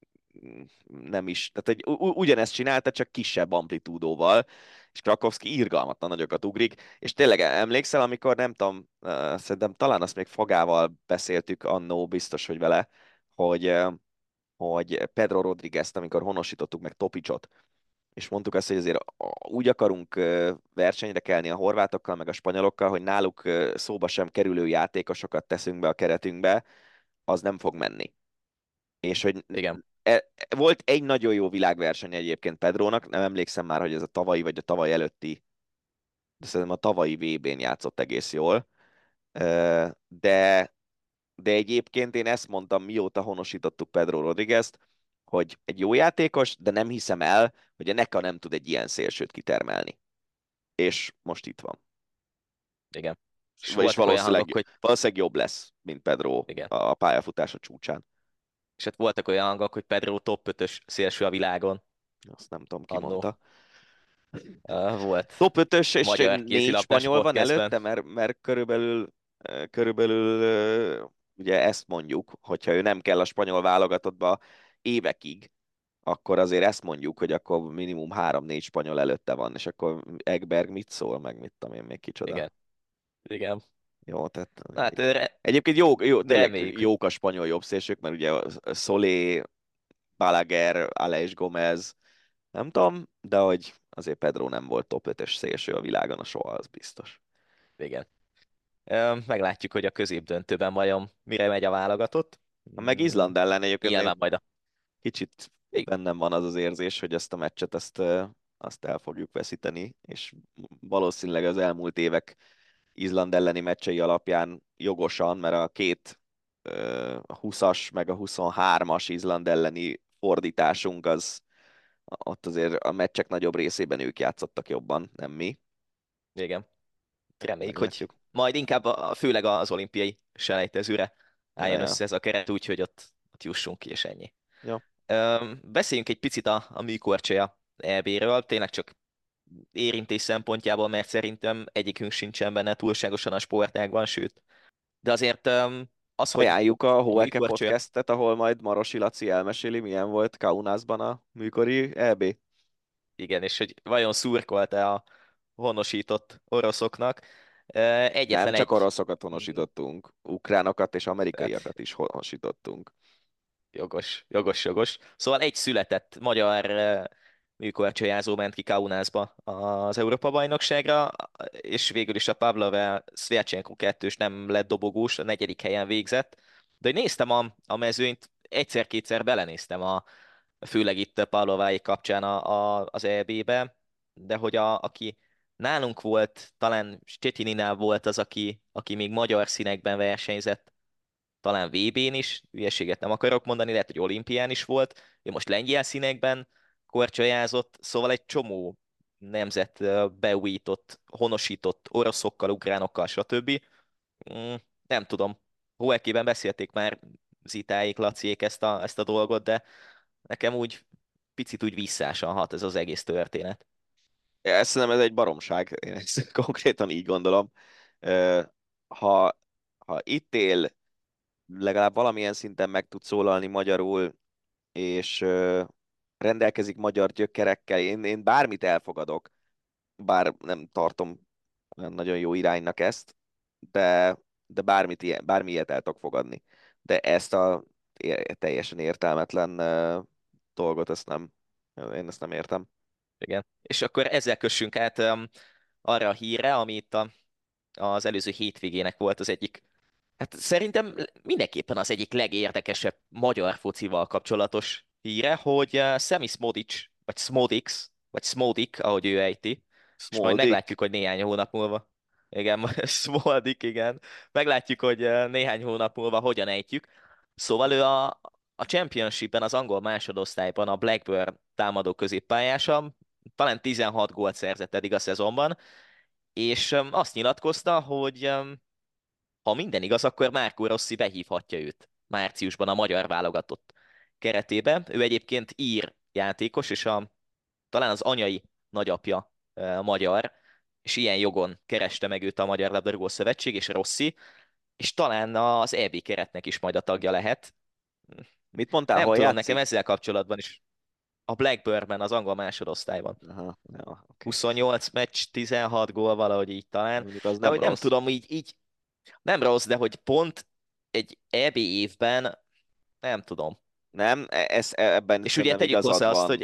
nem is, tehát egy, u- ugyanezt csinálta, csak kisebb amplitúdóval, és Krakowski irgalmatlan nagyokat ugrik, és tényleg emlékszel, amikor nem tudom, uh, szerintem talán azt még Fagával beszéltük annó, biztos, hogy vele, hogy, uh, hogy Pedro Rodriguez-t, amikor honosítottuk meg Topicsot, és mondtuk azt, hogy azért úgy akarunk uh, versenyre kelni a horvátokkal, meg a spanyolokkal, hogy náluk uh, szóba sem kerülő játékosokat teszünk be a keretünkbe, az nem fog menni. És hogy igen, e- volt egy nagyon jó világverseny egyébként Pedrónak, nem emlékszem már, hogy ez a tavalyi vagy a tavaly előtti, de szerintem a tavalyi vé bén játszott egész jól. Ö, De, de egyébként én ezt mondtam, mióta honosítottuk Pedro Rodriguez-t, hogy egy jó játékos, de nem hiszem el, hogy a Neka nem tud egy ilyen szélsőt kitermelni. És most itt van. igen. És Vagyis voltak olyan hangok, valószínűleg, hogy valószínűleg jobb lesz, mint Pedro igen. a pályafutása csúcsán. És hát voltak olyan hangok, hogy Pedro top ötös szélső a világon Azt nem tudom, ki annó. mondta. Uh, volt Top ötös és magyar négy kézilabdás spanyol van podcastben. előtte, mert, mert körülbelül, eh, körülbelül eh, ugye ezt mondjuk, hogyha ő nem kell a spanyol válogatottba évekig, akkor azért ezt mondjuk, hogy akkor minimum három-négy spanyol előtte van, és akkor Egberg mit szól, meg mit tudom én még kicsoda. Igen, igen. Jó, tehát Hát re- egyébként jó, jó, tényleg reméljük, hogy jók a spanyol jobbszélsők, mert ugye a Solé, Balaguer, Aleix Gomez, nem tudom, de hogy azért Pedro nem volt top ötös szélső a világon a soha, az biztos. igen. Ö, Meglátjuk, hogy a középdöntőben vajon mire megy a válogatott. Ha meg Mm, Izland ellen egyébként Nyilván én majd a... kicsit Igen, bennem van az az érzés, hogy ezt a meccset ezt, ö, azt el fogjuk veszíteni, és valószínűleg az elmúlt évek Izland elleni meccsei alapján jogosan, mert a két ö, a húszas meg a huszonhármas Izland elleni fordításunk az ott azért a meccsek nagyobb részében ők játszottak jobban, nem mi. igen. Reméljük, hogy Meglátjuk. majd inkább a, főleg az olimpiai selejtezőre Ja, álljon ja. össze ez a keret, úgyhogy ott, ott jussunk ki, és ennyi. Ja. Ö, Beszéljünk egy picit a, a műkorcsolya é bé-ről, tényleg csak érintés szempontjából, mert szerintem egyikünk sincsen benne túlságosan a sportágban, sőt. De azért öm, az, hogy Ajánljuk a a Hóeke műkorcsolya, podcastet, ahol majd Marosi Laci elmeséli, milyen volt Kaunasban a műkori é bé. igen, és hogy vajon szurkolt-e a honosított oroszoknak. Ö, Nem Egyetlen csak egy oroszokat honosítottunk, ukránokat és hát, amerikaiakat is honosítottunk. jogos, jogos, jogos. Szóval egy született magyar ö, műkorcsolyázó ment ki Kaunasba az Európa-bajnokságra, és végül is a Pavlov Szvjacsenko kettős nem lett dobogós, a negyedik helyen végzett. De hogy néztem a, a mezőnyt, egyszer-kétszer belenéztem a, főleg itt a Pavlováék kapcsán a, a, az é bé-be, de hogy a, aki nálunk volt, talán Stettininál volt az, aki, aki még magyar színekben versenyzett, talán vé bén is, hülyeséget nem akarok mondani, lehet, hogy olimpián is volt, ő most lengyel színekben korcsolyázott, szóval egy csomó nemzet ö, beújított, honosított oroszokkal, ukránokkal, stb. Mm, Nem tudom, Hóekében beszélték már Zitáék, Laciék ezt a, ezt a dolgot, de nekem úgy picit úgy visszásan hat ez az egész történet. Ezt szerintem ez egy baromság, én ezt konkrétan így gondolom. Ö, Ha, ha itt él, legalább valamilyen szinten meg tud szólalni magyarul, és ö, rendelkezik magyar gyökerekkel, én, én bármit elfogadok, bár nem tartom olyan nagyon jó iránynak ezt, de, de bármit ilyen, bármi ilyet el tudok fogadni. De ezt a é- teljesen értelmetlen ö, dolgot, ezt nem, én ezt nem értem. Igen. És akkor ezzel kössünk át um, arra a hírre, ami itt a, az előző hétvégének volt az egyik, hát szerintem mindenképpen az egyik legérdekesebb magyar focival kapcsolatos híre, hogy uh, Semi Smodic, vagy Smodix, vagy Smodik, ahogy ő ejti, és majd Smoldik. meglátjuk, hogy néhány hónap múlva. Igen, Smoldik, igen. Meglátjuk, hogy eh, néhány hónap múlva hogyan ejtjük. Szóval ő a, a Championshipben, az angol másodosztályban a Blackburn támadó középpályása, talán tizenhat gólt szerzett eddig a szezonban, és em, azt nyilatkozta, hogy em, ha minden igaz, akkor Marco Rossi behívhatja őt márciusban a magyar válogatott keretébe. Ő egyébként ír játékos, és a, talán az anyai nagyapja e, magyar, és ilyen jogon kereste meg őt a Magyar Labdarúgó Szövetség és Rossi, és talán az é bé keretnek is majd a tagja lehet. Mit mondtál, Nem hol tudom, nekem játszik? ezzel kapcsolatban is a Blackburnben, az angol másodosztályban. Aha, ja, oké. huszonnyolc meccs, tizenhat gól, valahogy így talán. Mondjuk az De nem hogy nem rossz. tudom, így, így nem rossz, de hogy pont egy é bé évben, nem tudom. Nem, e- ez, e- ebben És ugye szerintem tegyük igazad hozzá azt, van, hogy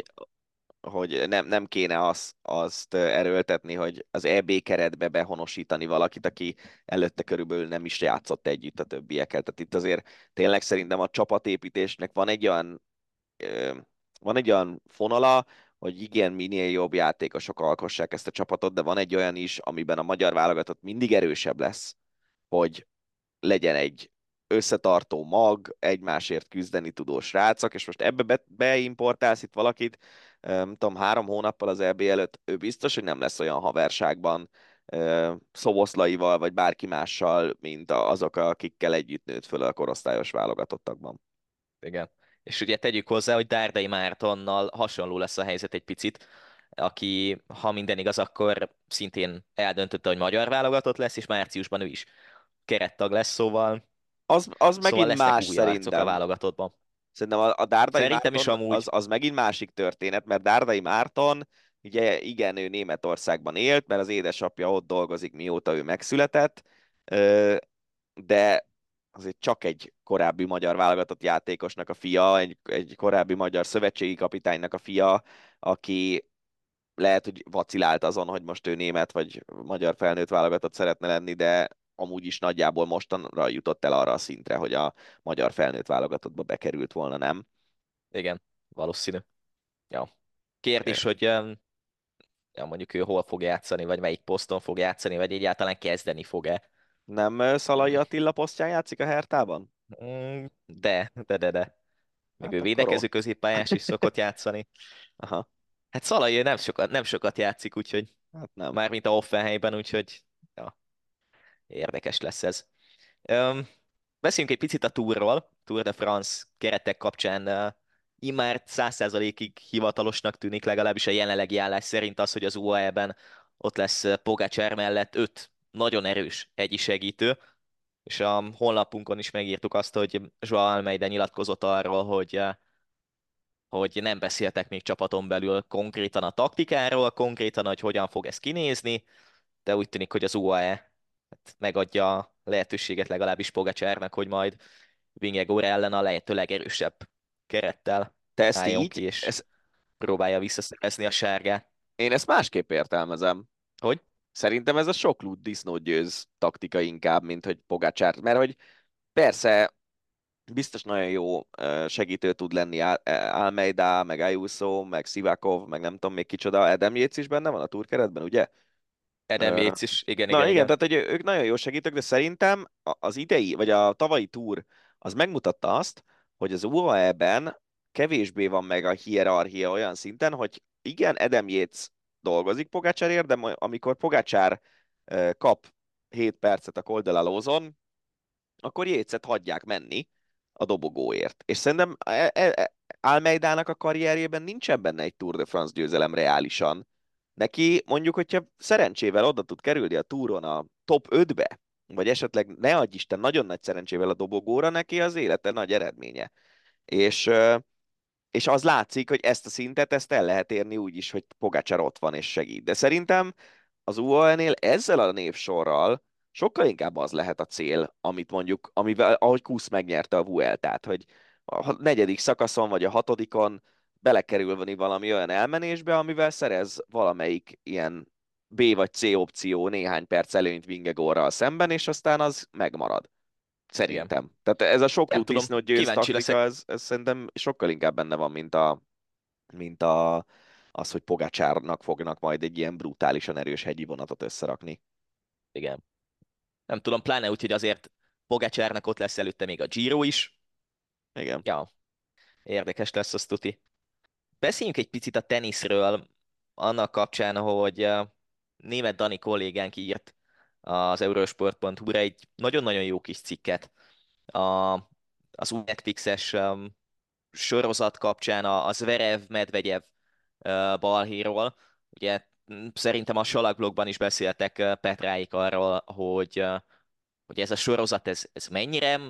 hogy nem, nem kéne az, azt erőltetni, hogy az é bé keretbe behonosítani valakit, aki előtte körülbelül nem is játszott együtt a többiekkel. Tehát itt azért tényleg szerintem a csapatépítésnek van egy olyan, ö, van egy olyan fonala, hogy igen, minél jobb játékosok alkossák ezt a csapatot, de van egy olyan is, amiben a magyar válogatott mindig erősebb lesz, hogy legyen egy összetartó mag, egymásért küzdeni tudó srácok, és most ebbe be, beimportálsz itt valakit, nem tudom, három hónappal az é bé előtt, ő biztos, hogy nem lesz olyan haverságban ö, Szoboszlaival, vagy bárki mással, mint a- azok, akikkel együtt nőtt föl a korosztályos válogatottakban. igen. És ugye tegyük hozzá, hogy Dárdai Mártonnal hasonló lesz a helyzet egy picit, aki, ha minden igaz, akkor szintén eldöntötte, hogy magyar válogatott lesz, és márciusban ő is kerettag lesz, szóval, Az, az szóval megint lesznek más új arcok a szerintem. válogatottban. Szerintem a, a Dárdai Szerintem is Márton az, amúgy, az megint másik történet, mert Dárdai Márton, ugye igen, ő Németországban élt, mert az édesapja ott dolgozik, mióta ő megszületett, ö, de azért csak egy korábbi magyar válogatott játékosnak a fia, egy, egy korábbi magyar szövetségi kapitánynak a fia, aki lehet, hogy vacilált azon, hogy most ő német vagy magyar felnőtt válogatott szeretne lenni, de amúgy is nagyjából mostanra jutott el arra a szintre, hogy a magyar felnőtt válogatottba bekerült volna, nem? igen, valószínű. Ja. Kérdés, hogy em, ja, mondjuk ő hol fog játszani, vagy melyik poszton fog játszani, vagy egyáltalán kezdeni fog-e. Nem ö, Szalai Attila posztján játszik a Hertában? Mm, De, de, de, de. Meg Hát ő akkor védekező ott. középpályás is szokott játszani. Aha, Hát Szalai nem sokat, nem sokat játszik, úgyhogy hát nem. mármint a Offenhelyben, úgyhogy ja, érdekes lesz ez. Öm, Beszéljünk egy picit a Tourról, Tour de France keretek kapcsán. Uh, immár száz százalékig hivatalosnak tűnik, legalábbis a jelenlegi állás szerint az, hogy az u á é-ben ott lesz uh, Pogačar mellett öt nagyon erős egyi segítő, és a honlapunkon is megírtuk azt, hogy Joao Almeida nyilatkozott arról, hogy uh, hogy nem beszéltek még csapaton belül konkrétan a taktikáról, konkrétan, hogy hogyan fog ez kinézni, de úgy tűnik, hogy az u á é hát megadja a lehetőséget legalábbis Pogačarnak, hogy majd Vingegaard ellen a lehető legerősebb kerettel Te ezt álljon ki, így, és ez, próbálja visszaszerezni a sárgát. én ezt másképp értelmezem. Hogy? Szerintem ez a sok lút disznót győz taktika inkább, mint hogy Pogačar, mert hogy persze biztos nagyon jó ö, segítő tud lenni Al- Almeida, meg Ayuso, meg Sivakov, meg nem tudom még kicsoda. Adam Yates is benne van a túrkeretben, ugye? Adam Ö, Yates is, igen, Na igen, igen, igen. tehát hogy ő- ők nagyon jó segítők, de szerintem a- az idei, vagy a tavalyi túr az megmutatta azt, hogy az u á é-ben kevésbé van meg a hierarchia olyan szinten, hogy igen, Adam Yates dolgozik Pogačarért, de ma- amikor Pogačar ö, kap hét percet a Coldelalózon, akkor Yateset hagyják menni a dobogóért. És szerintem e- e- e- Almeidának a karrierjében nincsen benne egy Tour de France győzelem reálisan. Neki mondjuk, hogyha szerencsével oda tud kerülni a túron a top ötbe, vagy esetleg ne adj Isten, nagyon nagy szerencsével a dobogóra, neki az élete nagy eredménye. És, ö, és az látszik, hogy ezt a szintet, ezt el lehet érni úgy is, hogy Pogačar ott van és segít. De szerintem az u á é-nél ezzel a névsorral sokkal inkább az lehet a cél, amit mondjuk, amivel, ahogy Kusz megnyerte a Vueltát, hogy a negyedik szakaszon vagy a hatodikon belekerülni valami olyan elmenésbe, amivel szerez valamelyik ilyen B vagy C opció néhány perc előnyt Vingegaardral szemben, és aztán az megmarad. Igen. Szerintem. Tehát ez a sok Nem tudom, disznót győz kíváncsi taktika, leszek. ez, ez szerintem sokkal inkább benne van, mint a, mint a, az, hogy Pogačarnak fognak majd egy ilyen brutálisan erős hegyi vonatot összerakni. Igen. Nem tudom, pláne úgy, hogy azért Pogačarnak ott lesz előtte még a Giro is. Igen. Ja, érdekes lesz az tuti. Beszéljünk egy picit a teniszről, annak kapcsán, hogy eh, német Dani kollégánk írt az eurosport pont hu-ra egy nagyon-nagyon jó kis cikket a, az új Netflixes um, sorozat kapcsán a, a Zverev-Medvegyev uh, balhéról. Ugye m, szerintem a Salakblogban is beszéltek uh, Petráik arról, hogy, uh, hogy ez a sorozat ez, ez mennyire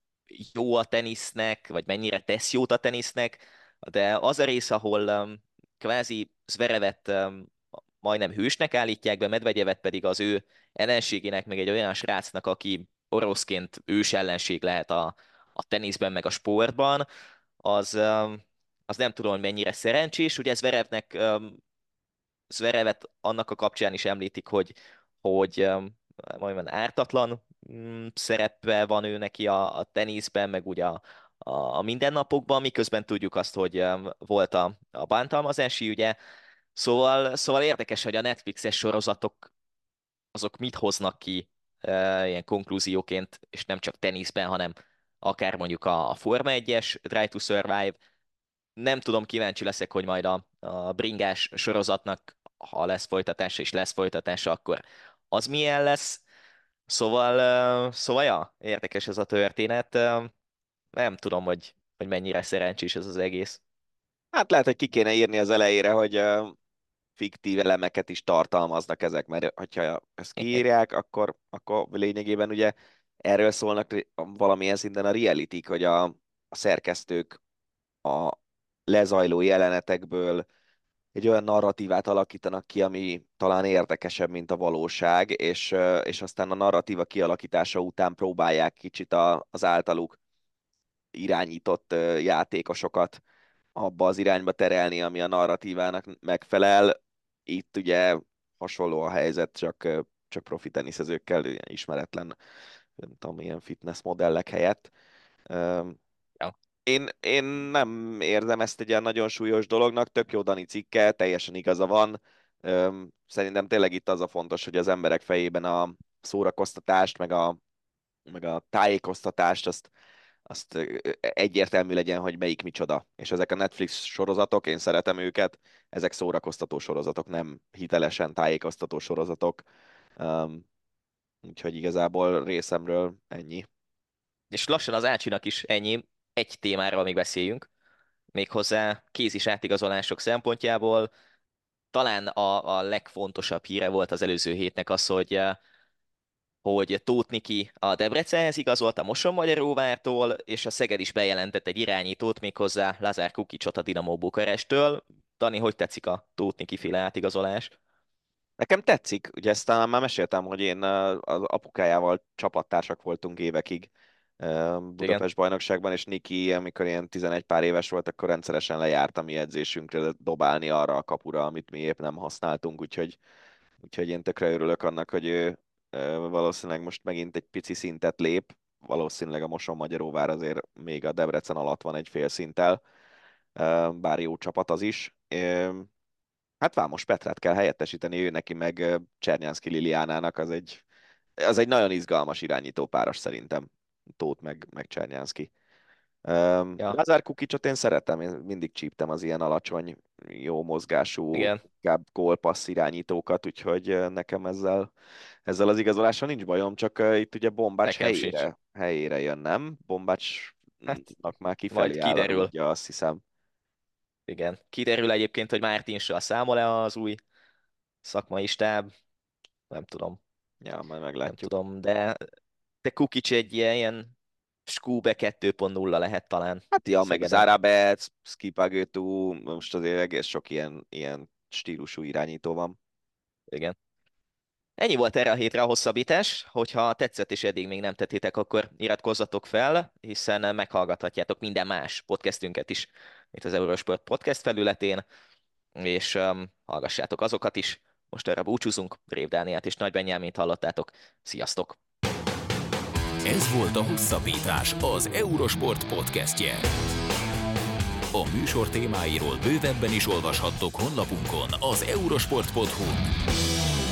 jó a tenisznek, vagy mennyire tesz jót a tenisznek, de az a rész, ahol um, kvázi Zverevet um, majdnem hősnek állítják be, Medvegyevet pedig az ő ellenségének, meg egy olyan srácnak, aki oroszként ős ellenség lehet a, a teniszben, meg a sportban, az, um, az nem tudom, hogy mennyire szerencsés. Ugye Zverevnek, um, Zverevet annak a kapcsán is említik, hogy, hogy um, majdnem ártatlan mm, szerepe van ő neki a, a teniszben, meg ugye a, a, a mindennapokban, miközben tudjuk azt, hogy um, volt a, a bántalmazási ügye. Szóval, szóval érdekes, hogy a Netflixes sorozatok azok mit hoznak ki e, ilyen konklúzióként, és nem csak teniszben, hanem akár mondjuk a, a Forma egyes Drive to Survive. Nem tudom, kíváncsi leszek, hogy majd a, a bringás sorozatnak, ha lesz folytatása és lesz folytatása, akkor az milyen lesz. Szóval, e, szóval ja, érdekes ez a történet. E, nem tudom, hogy, hogy mennyire szerencsés ez az egész. Hát lehet, hogy ki kéne írni az elejére, hogy uh, fiktív elemeket is tartalmaznak ezek, mert hogyha ezt kiírják, akkor, akkor lényegében ugye erről szólnak valamilyen szinten a realitik, hogy a, a szerkesztők a lezajló jelenetekből egy olyan narratívát alakítanak ki, ami talán érdekesebb, mint a valóság, és, ö, és aztán a narratíva kialakítása után próbálják kicsit a, az általuk irányított ö, játékosokat abba az irányba terelni, ami a narratívának megfelel. Itt ugye hasonló a helyzet, csak, csak profi teniszezőkkel, ilyen ismeretlen, nem tudom, ilyen fitness modellek helyett. Ja. Én, én nem érzem ezt egy ilyen nagyon súlyos dolognak, tök jó Dani cikke, teljesen igaza van. Szerintem tényleg itt az a fontos, hogy az emberek fejében a szórakoztatást, meg a, meg a tájékoztatást, azt, azt egyértelmű legyen, hogy melyik micsoda. És ezek a Netflix sorozatok, én szeretem őket, ezek szórakoztató sorozatok, nem hitelesen tájékoztató sorozatok. Um, úgyhogy igazából részemről ennyi. És lassan az Ácsinak is ennyi, egy témáról még beszéljünk, méghozzá kézis átigazolások szempontjából. Talán a, a legfontosabb híre volt az előző hétnek az, hogy, eh, hogy Tóth Niki a Debrecenhez igazolt a Mosonmagyaróvártól, és a Szeged is bejelentett egy irányítót, méghozzá Lazár Kukicsot a Dinamo Bukarestől. Dani, hogy tetszik a Tóth Niki féle átigazolás? Nekem tetszik, ugye ezt talán már meséltem, hogy én ö, az apukájával csapattársak voltunk évekig ö, Budapest Igen. bajnokságban, és Niki, amikor ilyen tizenegy pár éves volt, akkor rendszeresen lejárt a mi edzésünkre dobálni arra a kapura, amit mi épp nem használtunk, úgyhogy, úgyhogy én tökre örülök annak, hogy ő ö, valószínűleg most megint egy pici szintet lép, valószínűleg a Mosonmagyaróvár azért még a Debrecen alatt van egy fél szinttel, ö, bár jó csapat az is. Ö, Hát Vámos Petrát kell helyettesíteni, ő neki meg ö, Csernyánszky Liliánának, az egy, az egy nagyon izgalmas irányító páros szerintem, Tóth meg, meg Csernyánszky. Um, Ja, Lázár Kukicsot én szeretem, én mindig csíptem az ilyen alacsony, jó mozgású, igen, inkább gólpassz irányítókat, úgyhogy ö, nekem ezzel, ezzel az igazolással nincs bajom, csak uh, itt ugye Bombács nekem sincs. helyére, helyére jön, nem? Hát Bombácsnak már majd kifelé áll a kiderül. rúdja, azt hiszem. Igen. Kiderül egyébként, hogy Mártinssal számol-e az új szakmai stáb. Nem tudom, Ja, majd nem meglátjuk. tudom, de, de Kukic egy ilyen, ilyen Skube kettő pont nulla lehet talán Hát ja, meg Szegeden. Zárabec, Skipagötú, most azért egész sok ilyen, ilyen stílusú irányító van. Igen. Ennyi volt erre a hétre a hosszabbítás. Hogyha tetszett és eddig még nem tettétek, akkor iratkozzatok fel, hiszen meghallgathatjátok minden más podcastünket is, itt az Eurosport podcast felületén, és um, hallgassátok azokat is. Most erre búcsúzunk, Rév Dániát és Nagy Benyámint hallottátok. Sziasztok! Ez volt a Hosszabbítás, az Eurosport podcastje. A műsor témáiról bővebben is olvashattok honlapunkon, az eurosport pont hu-n.